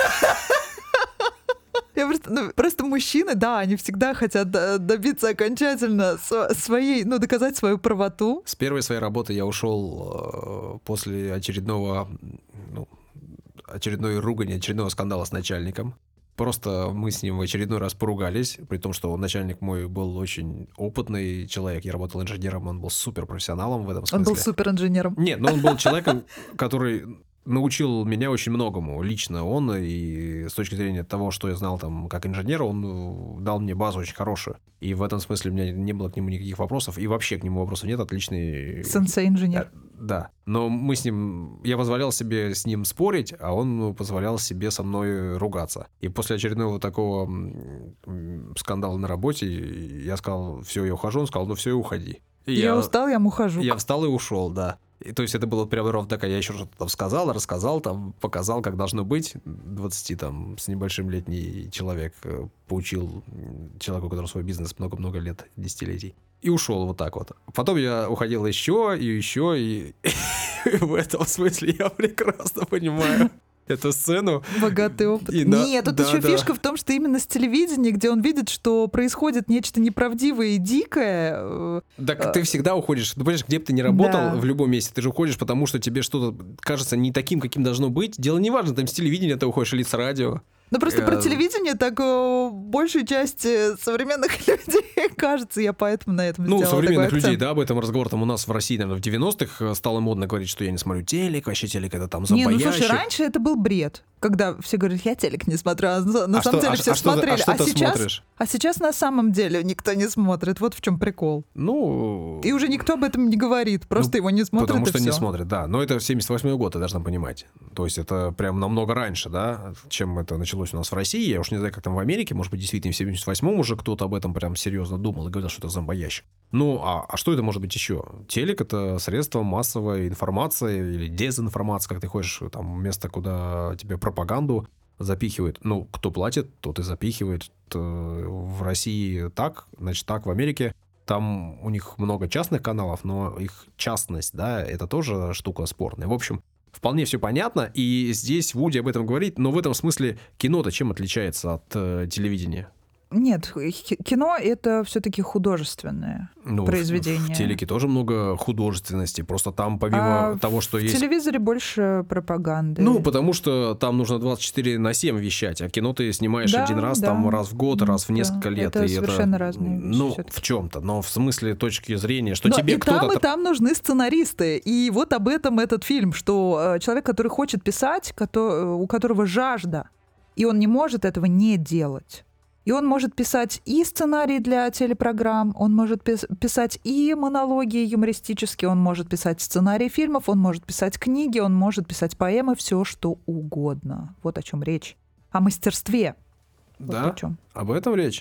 Speaker 1: Просто мужчины, да, они всегда хотят добиться окончательно своей, ну, доказать свою правоту.
Speaker 2: С первой своей работы я ушел после очередной ругани, очередного скандала с начальником. Просто мы с ним в очередной раз поругались, при том, что начальник мой был очень опытный человек. Я работал инженером, он был суперпрофессионалом в этом смысле.
Speaker 1: Он был суперинженером.
Speaker 2: Нет, но он был человеком, который научил меня очень многому. Лично он, и с точки зрения того, что я знал там как инженер, он дал мне базу очень хорошую. И в этом смысле у меня не было к нему никаких вопросов. И вообще к нему вопросов нет. Отличный...
Speaker 1: Сенсей-инженер.
Speaker 2: Да. Но мы с ним... Я позволял себе с ним спорить, а он позволял себе со мной ругаться. И после очередного такого скандала на работе я сказал, все, я ухожу. Он сказал, ну все, и уходи. И
Speaker 1: я устал, я ухожу.
Speaker 2: Я встал и ушел, да. И, то есть это было прямо ровно такая, я еще что-то там сказал, рассказал, там, показал, как должно быть. 20 там с небольшим летний человек поучил человеку, у которого свой бизнес много-много лет, десятилетий. И ушел вот так вот. Потом я уходил еще, и в этом смысле я прекрасно понимаю эту сцену.
Speaker 1: Богатый опыт. Нет, тут еще фишка в том, что именно с телевидения, где он видит, что происходит нечто неправдивое и дикое.
Speaker 2: Так ты всегда уходишь. Ну, понимаешь, где бы ты ни работал, в любом месте, ты же уходишь, потому что тебе что-то кажется не таким, каким должно быть. Дело не важно, там с телевидения ты уходишь или с радио.
Speaker 1: Ну, просто про телевидение так большей части современных людей кажется, я поэтому на этом сделала
Speaker 2: современных
Speaker 1: такой
Speaker 2: людей,
Speaker 1: акцент.
Speaker 2: да, об этом разговор там у нас в России, наверное, в 90-х стало модно говорить, что я не смотрю телек, вообще телек это там зомбоящик.
Speaker 1: Не, слушай, раньше это был бред, когда все говорят, я телек не смотрю, а на самом деле все смотрели.
Speaker 2: Что ты смотришь?
Speaker 1: А сейчас на самом деле никто не смотрит, вот в чем прикол. И уже никто об этом не говорит, просто его не смотрят.
Speaker 2: Потому что
Speaker 1: не
Speaker 2: смотрят, да. Но это 78-й год, ты должна понимать. То есть это прям намного раньше, да, чем это началось у нас в России. Я уж не знаю, как там в Америке, может быть, действительно в 78-м уже кто-то об этом прям серьезно думал и говорил, что это зомбоящик. А что это может быть еще? Телек — это средство массовой информации или дезинформации, как ты хочешь, там место, куда тебе пропаганду запихивают. Кто платит, тот и запихивает. В России так, значит так, в Америке. Там у них много частных каналов, но их частность, да, это тоже штука спорная. В общем, вполне все понятно, и здесь Вуди об этом говорит, но в этом смысле кино-то чем отличается от телевидения?
Speaker 1: Нет, кино — это все-таки художественное произведение.
Speaker 2: В телеке тоже много художественности, просто там помимо того, что есть...
Speaker 1: В телевизоре больше пропаганды.
Speaker 2: Потому что там нужно 24/7 вещать, а кино ты снимаешь один раз, там раз в год, раз в несколько лет.
Speaker 1: Это совершенно разные вещи.
Speaker 2: В чем-то, но в смысле точки зрения, что тебе кто-то...
Speaker 1: И там нужны сценаристы, и вот об этом этот фильм, что человек, который хочет писать, у которого жажда, и он не может этого не делать. И он может писать и сценарий для телепрограмм, он может писать и монологи юмористические, он может писать сценарии фильмов, он может писать книги, он может писать поэмы, все что угодно. Вот о чем речь. О мастерстве.
Speaker 2: Да?
Speaker 1: Вот о чем.
Speaker 2: Об этом речь?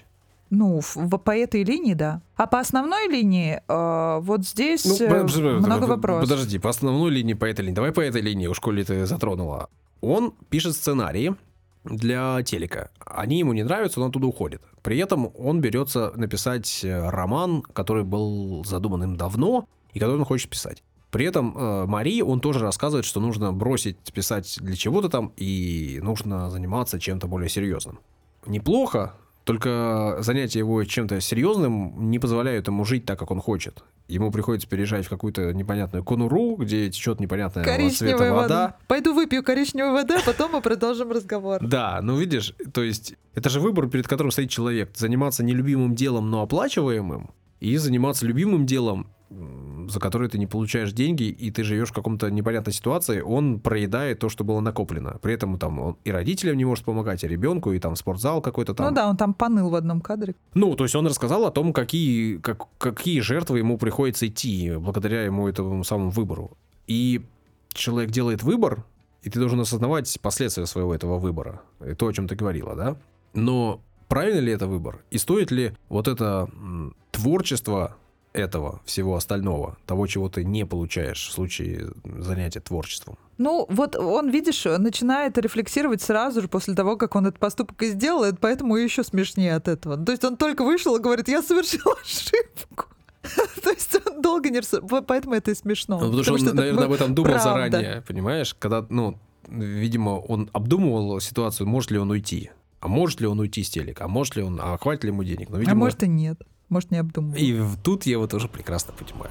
Speaker 1: По этой линии, да. А по основной линии вот здесь много вопросов.
Speaker 2: Подожди, по основной линии, по этой линии. Давай по этой линии, уж коли ты затронула. Он пишет сценарии для телека. Они ему не нравятся, он оттуда уходит. При этом он берется написать роман, который был задуман им давно, и который он хочет писать. При этом Марии он тоже рассказывает, что нужно бросить писать для чего-то там, и нужно заниматься чем-то более серьезным. Неплохо, только занятия его чем-то серьезным не позволяют ему жить так, как он хочет. Ему приходится переезжать в какую-то непонятную конуру, где течет непонятная цвета вода.
Speaker 1: Пойду выпью коричневую воду, а потом мы продолжим разговор.
Speaker 2: Да, видишь, то есть это же выбор, перед которым стоит человек. Заниматься нелюбимым делом, но оплачиваемым, и заниматься любимым делом, за которое ты не получаешь деньги, и ты живешь в каком-то непонятной ситуации, он проедает то, что было накоплено. При этом там он и родителям не может помогать, и ребенку, и там спортзал какой-то там.
Speaker 1: Он там поныл в одном кадре.
Speaker 2: То есть он рассказал о том, какие жертвы ему приходится идти благодаря ему этому самому выбору. И человек делает выбор, и ты должен осознавать последствия своего этого выбора. И то, о чем ты говорила, да? Но правильно ли это выбор? И стоит ли вот это творчество этого всего остального, того, чего ты не получаешь в случае занятия творчеством?
Speaker 1: Вот он, видишь, начинает рефлексировать сразу же после того, как он этот поступок и сделал, и поэтому еще смешнее от этого. То есть он только вышел и говорит, я совершил ошибку. То есть он долго не рассуждает, поэтому это и смешно.
Speaker 2: Потому что он, наверное, об этом думал заранее, понимаешь? Когда, видимо, он обдумывал ситуацию, может ли он уйти. А может ли он уйти с телека? А может ли он, хватит ли ему денег?
Speaker 1: А может и нет. Может, не обдумывал.
Speaker 2: И тут я его тоже прекрасно понимаю.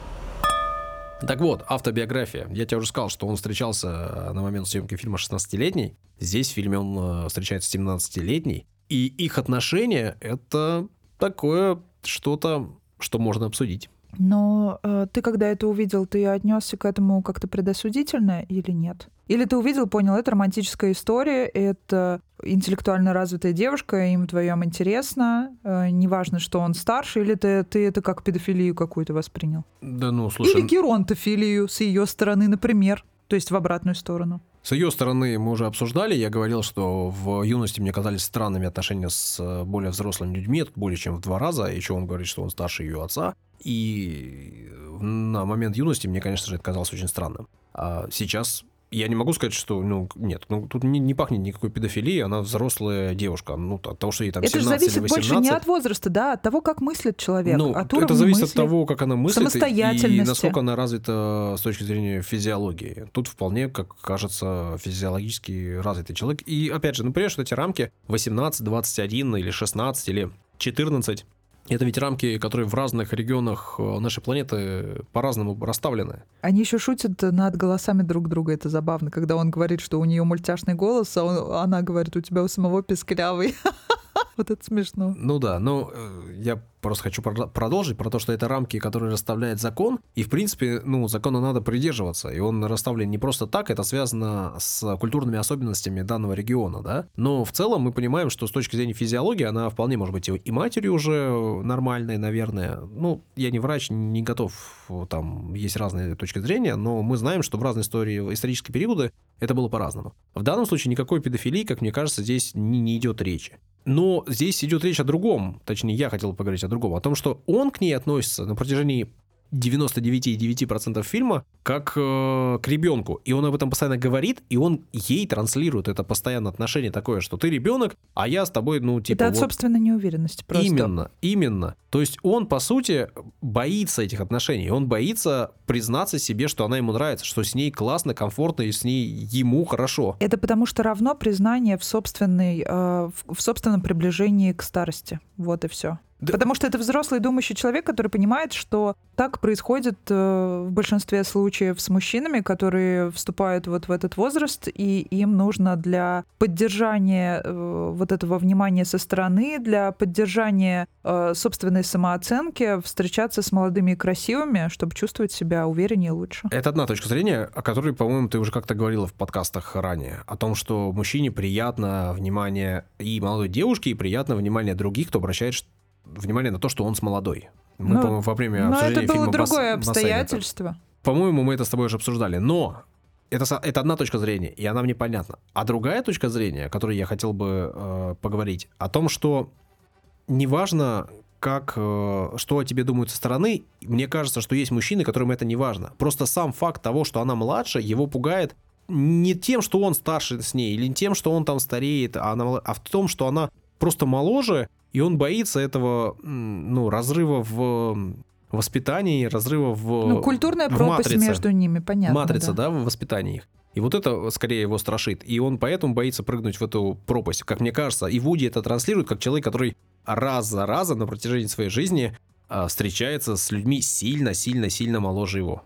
Speaker 2: Так вот, автобиография. Я тебе уже сказал, что он встречался на момент съемки фильма 16-летний. Здесь в фильме он встречается 17-летний. И их отношения — это такое что-то, что можно обсудить.
Speaker 1: Но ты, когда это увидел, ты отнесся к этому как-то предосудительно или нет? Или ты увидел, понял, это романтическая история, это интеллектуально развитая девушка, им вдвоем интересно, неважно, что он старше, или ты это как педофилию какую-то воспринял?
Speaker 2: Да ну, слушай...
Speaker 1: Или геронтофилию с ее стороны, например, то есть в обратную сторону.
Speaker 2: С ее стороны мы уже обсуждали, я говорил, что в юности мне казались странными отношения с более взрослыми людьми, это более чем в 2 раза, еще он говорит, что он старше ее отца, и на момент юности мне, конечно же, это казалось очень странным. А сейчас я не могу сказать, что, нет, тут не пахнет никакой педофилией, она взрослая девушка, от того, что ей там 17 или 18.
Speaker 1: Это же зависит больше не от возраста, да, от того, как мыслит человек, от уровня
Speaker 2: это зависит
Speaker 1: мысли,
Speaker 2: от того, как она мыслит
Speaker 1: самостоятельности.
Speaker 2: И насколько она развита с точки зрения физиологии. Тут вполне, как кажется, физиологически развитый человек. И опять же, понимаешь, что эти рамки 18, 21 или 16 или 14, это ведь рамки, которые в разных регионах нашей планеты по-разному расставлены.
Speaker 1: Они еще шутят над голосами друг друга, это забавно, когда он говорит, что у нее мультяшный голос, а она говорит, у тебя у самого песклявый. Вот это смешно.
Speaker 2: Ну да, я просто хочу продолжить про то, что это рамки, которые расставляет закон, и, в принципе, закона надо придерживаться, и он расставлен не просто так, это связано с культурными особенностями данного региона, да, но в целом мы понимаем, что с точки зрения физиологии она вполне может быть и матерью уже нормальной, наверное, я не врач, не готов, там есть разные точки зрения, но мы знаем, что в разные исторические периоды это было по-разному. В данном случае никакой педофилии, как мне кажется, здесь не идет речи. Но здесь идет речь о другом, точнее, я хотел поговорить о другом, о том, что он к ней относится на протяжении 99,9% фильма как к ребенку. И он об этом постоянно говорит, и он ей транслирует это постоянное отношение такое, что ты ребенок, а я с тобой,
Speaker 1: Это от собственной неуверенности просто.
Speaker 2: Именно. То есть он, по сути, боится этих отношений. Он боится признаться себе, что она ему нравится, что с ней классно, комфортно, и с ней ему хорошо.
Speaker 1: Это потому что равно признание в собственном приближении к старости. Вот и все. Да. Потому что это взрослый думающий человек, который понимает, что так происходит в большинстве случаев с мужчинами, которые вступают вот в этот возраст, и им нужно для поддержания вот этого внимания со стороны, для поддержания собственной самооценки встречаться с молодыми и красивыми, чтобы чувствовать себя увереннее и лучше.
Speaker 2: Это одна точка зрения, о которой, по-моему, ты уже как-то говорила в подкастах ранее, о том, что мужчине приятно внимание и молодой девушке, и приятно внимание других, кто обращает внимание на то, что он с молодой. Мы, по-моему, во время обсуждения фильма
Speaker 1: это было другое обстоятельство.
Speaker 2: По-моему, мы это с тобой уже обсуждали. Но это одна точка зрения, и она мне понятна. А другая точка зрения, о которой я хотел бы поговорить, о том, что неважно, что о тебе думают со стороны, мне кажется, что есть мужчины, которым это не важно. Просто сам факт того, что она младше, его пугает не тем, что он старше с ней, или не тем, что он там стареет, а в том, что она просто моложе, и он боится этого, разрыва в воспитании, разрыва в
Speaker 1: культурная пропасть
Speaker 2: матрице.
Speaker 1: Между ними, понятно.
Speaker 2: Матрица, да, в воспитании их. И вот это скорее его страшит. И он поэтому боится прыгнуть в эту пропасть, как мне кажется. И Вуди это транслирует как человек, который раз за разом на протяжении своей жизни встречается с людьми сильно моложе его.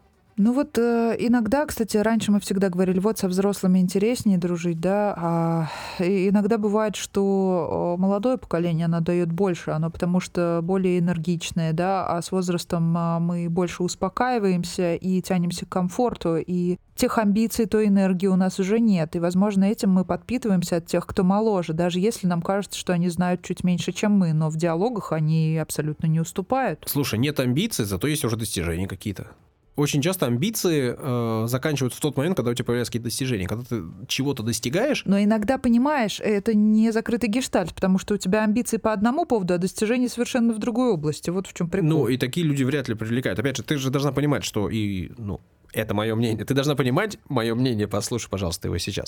Speaker 1: Иногда, кстати, раньше мы всегда говорили, вот со взрослыми интереснее дружить, да, а иногда бывает, что молодое поколение, оно дает больше, оно потому что более энергичное, да, а с возрастом мы больше успокаиваемся и тянемся к комфорту, и тех амбиций, той энергии у нас уже нет, и, возможно, этим мы подпитываемся от тех, кто моложе, даже если нам кажется, что они знают чуть меньше, чем мы, но в диалогах они абсолютно не уступают.
Speaker 2: Слушай, нет амбиций, зато есть уже достижения какие-то. Очень часто амбиции заканчиваются в тот момент, когда у тебя появляются какие-то достижения. Когда ты чего-то достигаешь...
Speaker 1: Но иногда, понимаешь, это не закрытый гештальт, потому что у тебя амбиции по одному поводу, а достижения совершенно в другой области. Вот в чем прикол.
Speaker 2: И такие люди вряд ли привлекают. Опять же, ты же должна понимать, что это мое мнение. Ты должна понимать мое мнение. Послушай, пожалуйста, его сейчас.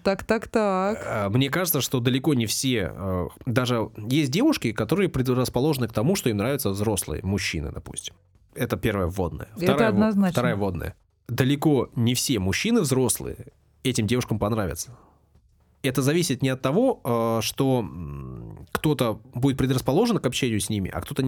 Speaker 1: Так.
Speaker 2: Мне кажется, что далеко не все... Даже есть девушки, которые предрасположены к тому, что им нравятся взрослые мужчины, допустим. Это первая вводная. Вторая вводная. Далеко не все мужчины взрослые этим девушкам понравятся. Это зависит не от того, что кто-то будет предрасположен к общению с ними, а кто-то нет.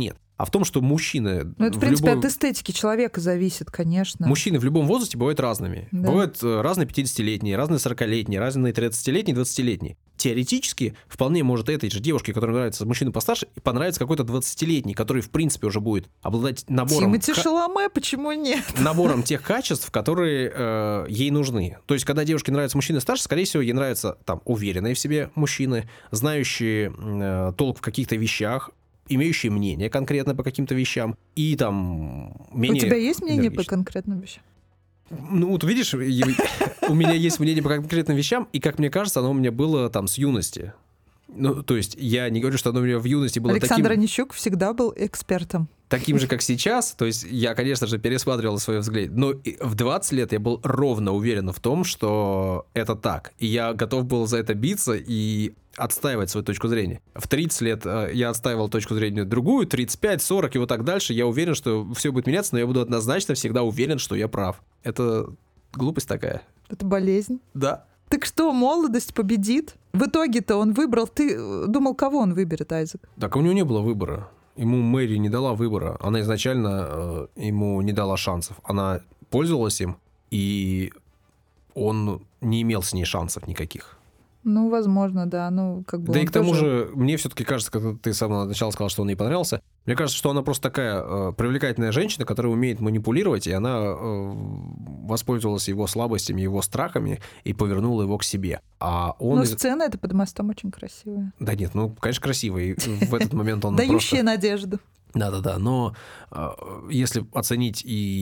Speaker 2: а в том, что мужчины...
Speaker 1: Ну, это, в принципе, от эстетики человека зависит, конечно.
Speaker 2: Мужчины в любом возрасте бывают разными.
Speaker 1: Да.
Speaker 2: Бывают разные 50-летние, разные 40-летние, разные 30-летние, 20-летние. Теоретически, вполне может этой же девушке, которой нравится мужчина постарше, и понравится какой-то 20-летний, который, в принципе, уже будет обладать набором...
Speaker 1: Тимоти Шаломе, почему нет?
Speaker 2: Набором тех качеств, которые ей нужны. То есть, когда девушке нравится мужчина старше, скорее всего, ей нравятся там уверенные в себе мужчины, знающие толк в каких-то вещах, имеющие мнение конкретно по каким-то вещам, и там менее...
Speaker 1: У тебя есть мнение по конкретным вещам?
Speaker 2: Ну, вот видишь, у меня есть мнение по конкретным вещам, и, как мне кажется, оно у меня было там с юности. Ну, то есть, я не говорю, что оно у меня в юности было
Speaker 1: Александр Онищук всегда был экспертом.
Speaker 2: таким же, как сейчас. То есть, я, конечно же, пересматривал свой взгляд. Но в 20 лет я был ровно уверен в том, что это так. И я готов был за это биться и отстаивать свою точку зрения. В 30 лет я отстаивал точку зрения другую, 35, 40 и вот так дальше. Я уверен, что все будет меняться, но я буду однозначно всегда уверен, что я прав. Это глупость такая.
Speaker 1: Это болезнь.
Speaker 2: Да.
Speaker 1: Так что, молодость победит? В итоге-то он выбрал... Ты думал, кого он выберет, Айзек?
Speaker 2: Так у него не было выбора. Ему Мэри не дала выбора. Она изначально ему не дала шансов. Она пользовалась им, и он не имел с ней шансов никаких.
Speaker 1: Ну, возможно, да. Ну, как бы
Speaker 2: да и к тому же, мне все-таки кажется, когда ты с самого начала сказал, что он ей понравился, мне кажется, что она просто такая привлекательная женщина, которая умеет манипулировать, и она воспользовалась его слабостями, его страхами и повернула его к себе. А он...
Speaker 1: Но сцена эта под мостом очень красивая.
Speaker 2: Да нет, ну, конечно, красивая. И в этот момент он
Speaker 1: дающая надежду.
Speaker 2: Да-да-да, но если оценить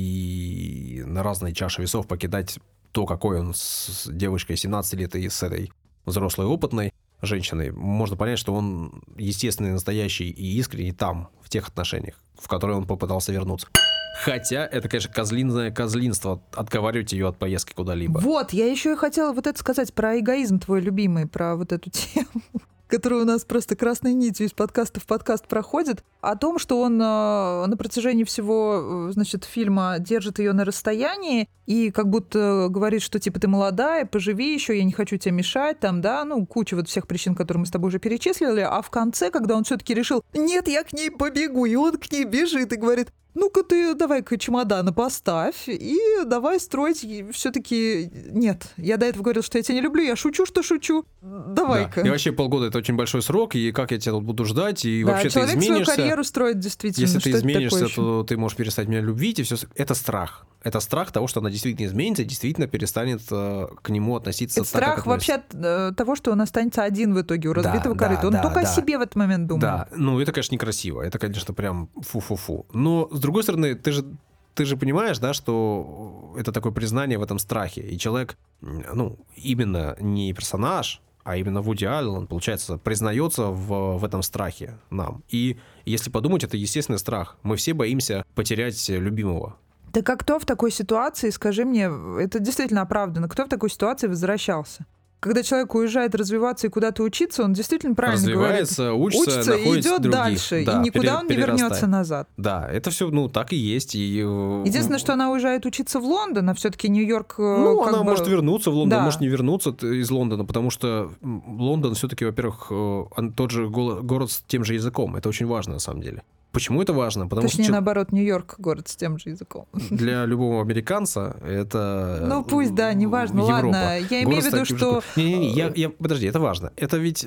Speaker 2: и на разные чаши весов покидать то, какой он с девушкой 17 лет и с этой взрослой опытной женщиной, можно понять, что он естественный, настоящий и искренний там, в тех отношениях, в которые он попытался вернуться. Хотя это, конечно, козлиное козлинство, отговаривать ее от поездки куда-либо.
Speaker 1: Вот, я еще и хотела вот это сказать про эгоизм твой любимый, про вот эту тему, которая у нас просто красной нитью из подкаста в подкаст проходит, о том, что он на протяжении всего, значит, фильма держит ее на расстоянии и как будто говорит, что типа ты молодая, поживи еще, я не хочу тебе мешать, там, да, ну, куча вот всех причин, которые мы с тобой уже перечислили, а в конце, когда он все-таки решил, нет, я к ней побегу, и он к ней бежит и говорит, ну-ка ты давай-ка чемоданы поставь и давай строить все-таки... Нет, я до этого говорил, что я тебя не люблю, я шучу, что шучу. Давай-ка.
Speaker 2: Да. И вообще полгода — это очень большой срок, и как я тебя тут буду ждать, и
Speaker 1: да,
Speaker 2: вообще ты изменишься.
Speaker 1: Человек свою карьеру строит действительно.
Speaker 2: Если
Speaker 1: что
Speaker 2: ты изменишься,
Speaker 1: такое
Speaker 2: то ты можешь перестать меня любить, и все. Это страх. Это страх того, что она действительно изменится и действительно перестанет к нему относиться
Speaker 1: это
Speaker 2: так,
Speaker 1: страх
Speaker 2: как
Speaker 1: вообще от того, что он останется один в итоге у разбитого корыта. Он только о себе в этот момент думает.
Speaker 2: Да, ну это, конечно, некрасиво. Это, конечно, прям фу-фу-фу. Но, с другой стороны, ты же понимаешь, да, что это такое признание в этом страхе. И человек, ну, именно не персонаж, а именно Вуди Аллен, получается, признается в этом страхе нам. И если подумать, это естественный страх. Мы все боимся потерять любимого.
Speaker 1: Так а кто в такой ситуации, скажи мне, это действительно оправданно, кто в такой ситуации возвращался? Когда человек уезжает развиваться и куда-то учиться, он действительно правильно
Speaker 2: развивается,
Speaker 1: говорит.
Speaker 2: Учится
Speaker 1: и идет
Speaker 2: других.
Speaker 1: дальше,
Speaker 2: Да,
Speaker 1: и никуда он не вернется назад.
Speaker 2: Да, это все, ну, так и есть. И...
Speaker 1: Единственное, что она уезжает учиться в Лондон, а все-таки Нью-Йорк...
Speaker 2: Ну, она может вернуться в Лондон,
Speaker 1: да.
Speaker 2: может не вернуться из Лондона, потому что Лондон все-таки, во-первых, тот же город с тем же языком. Это очень важно, на самом деле. Почему это важно? Потому
Speaker 1: Точнее,
Speaker 2: что...
Speaker 1: наоборот, Нью-Йорк — город с тем же языком.
Speaker 2: Для любого американца это...
Speaker 1: Ну, пусть, да, неважно.
Speaker 2: Европа.
Speaker 1: Ладно, я имею в виду, что...
Speaker 2: Не-не-не, подожди, это важно. Это ведь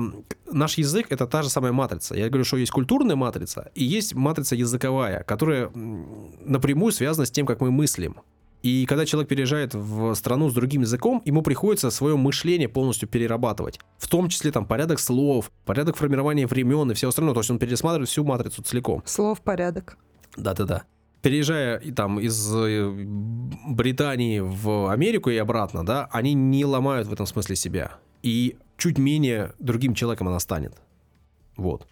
Speaker 2: наш язык — это та же самая матрица. Я говорю, что есть культурная матрица и есть матрица языковая, которая напрямую связана с тем, как мы мыслим. И когда человек переезжает в страну с другим языком, ему приходится свое мышление полностью перерабатывать. В том числе там порядок слов, порядок формирования времен и все остальное. То есть он пересматривает всю матрицу целиком.
Speaker 1: Слов порядок.
Speaker 2: Да-да-да. Переезжая там из Британии в Америку и обратно, да, они не ломают в этом смысле себя. И чуть менее другим человеком она станет. Вот.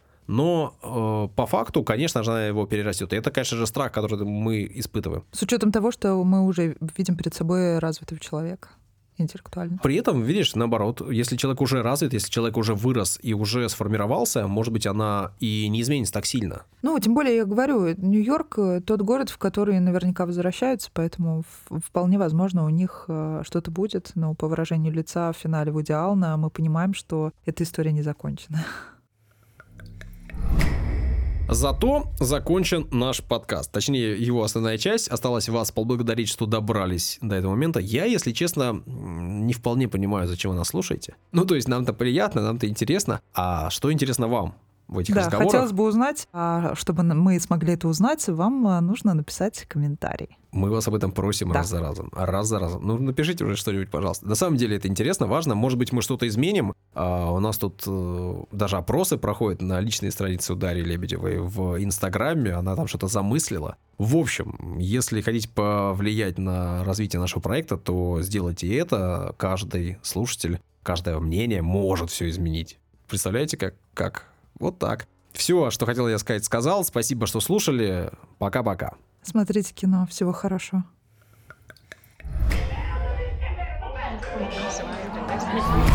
Speaker 2: Но по факту, конечно же, она его перерастет. И это, конечно же, страх, который мы испытываем.
Speaker 1: С учетом того, что мы уже видим перед собой развитого человека интеллектуально.
Speaker 2: При этом, видишь, наоборот, если человек уже развит, если человек уже вырос и уже сформировался, может быть, она и не изменится так сильно.
Speaker 1: Ну, тем более, я говорю, Нью-Йорк — тот город, в который наверняка возвращаются, поэтому вполне возможно, у них что-то будет. Но по выражению лица в финале Вуди Аллена мы понимаем, что эта история не закончена.
Speaker 2: Зато закончен наш подкаст. Точнее, его основная часть. Осталось вас поблагодарить, что добрались до этого момента. Я, если честно, не вполне понимаю, зачем вы нас слушаете. Ну, то есть, нам-то приятно, нам-то интересно. А что интересно вам в этих разговорах?
Speaker 1: Хотелось бы узнать, чтобы мы смогли это узнать, вам нужно написать комментарий.
Speaker 2: Мы вас об этом просим раз за разом. Ну, напишите уже что-нибудь, пожалуйста. На самом деле это интересно, важно. Может быть, мы что-то изменим. У нас тут даже опросы проходят на личной странице у Дарьи Лебедевой в Инстаграме. Она там что-то замыслила. В общем, если хотите повлиять на развитие нашего проекта, то сделайте это. Каждый слушатель, каждое мнение может все изменить. Представляете, как? Вот так. Все, что хотел я сказать, сказал. Спасибо, что слушали. Пока-пока.
Speaker 1: Смотрите кино. Всего хорошего.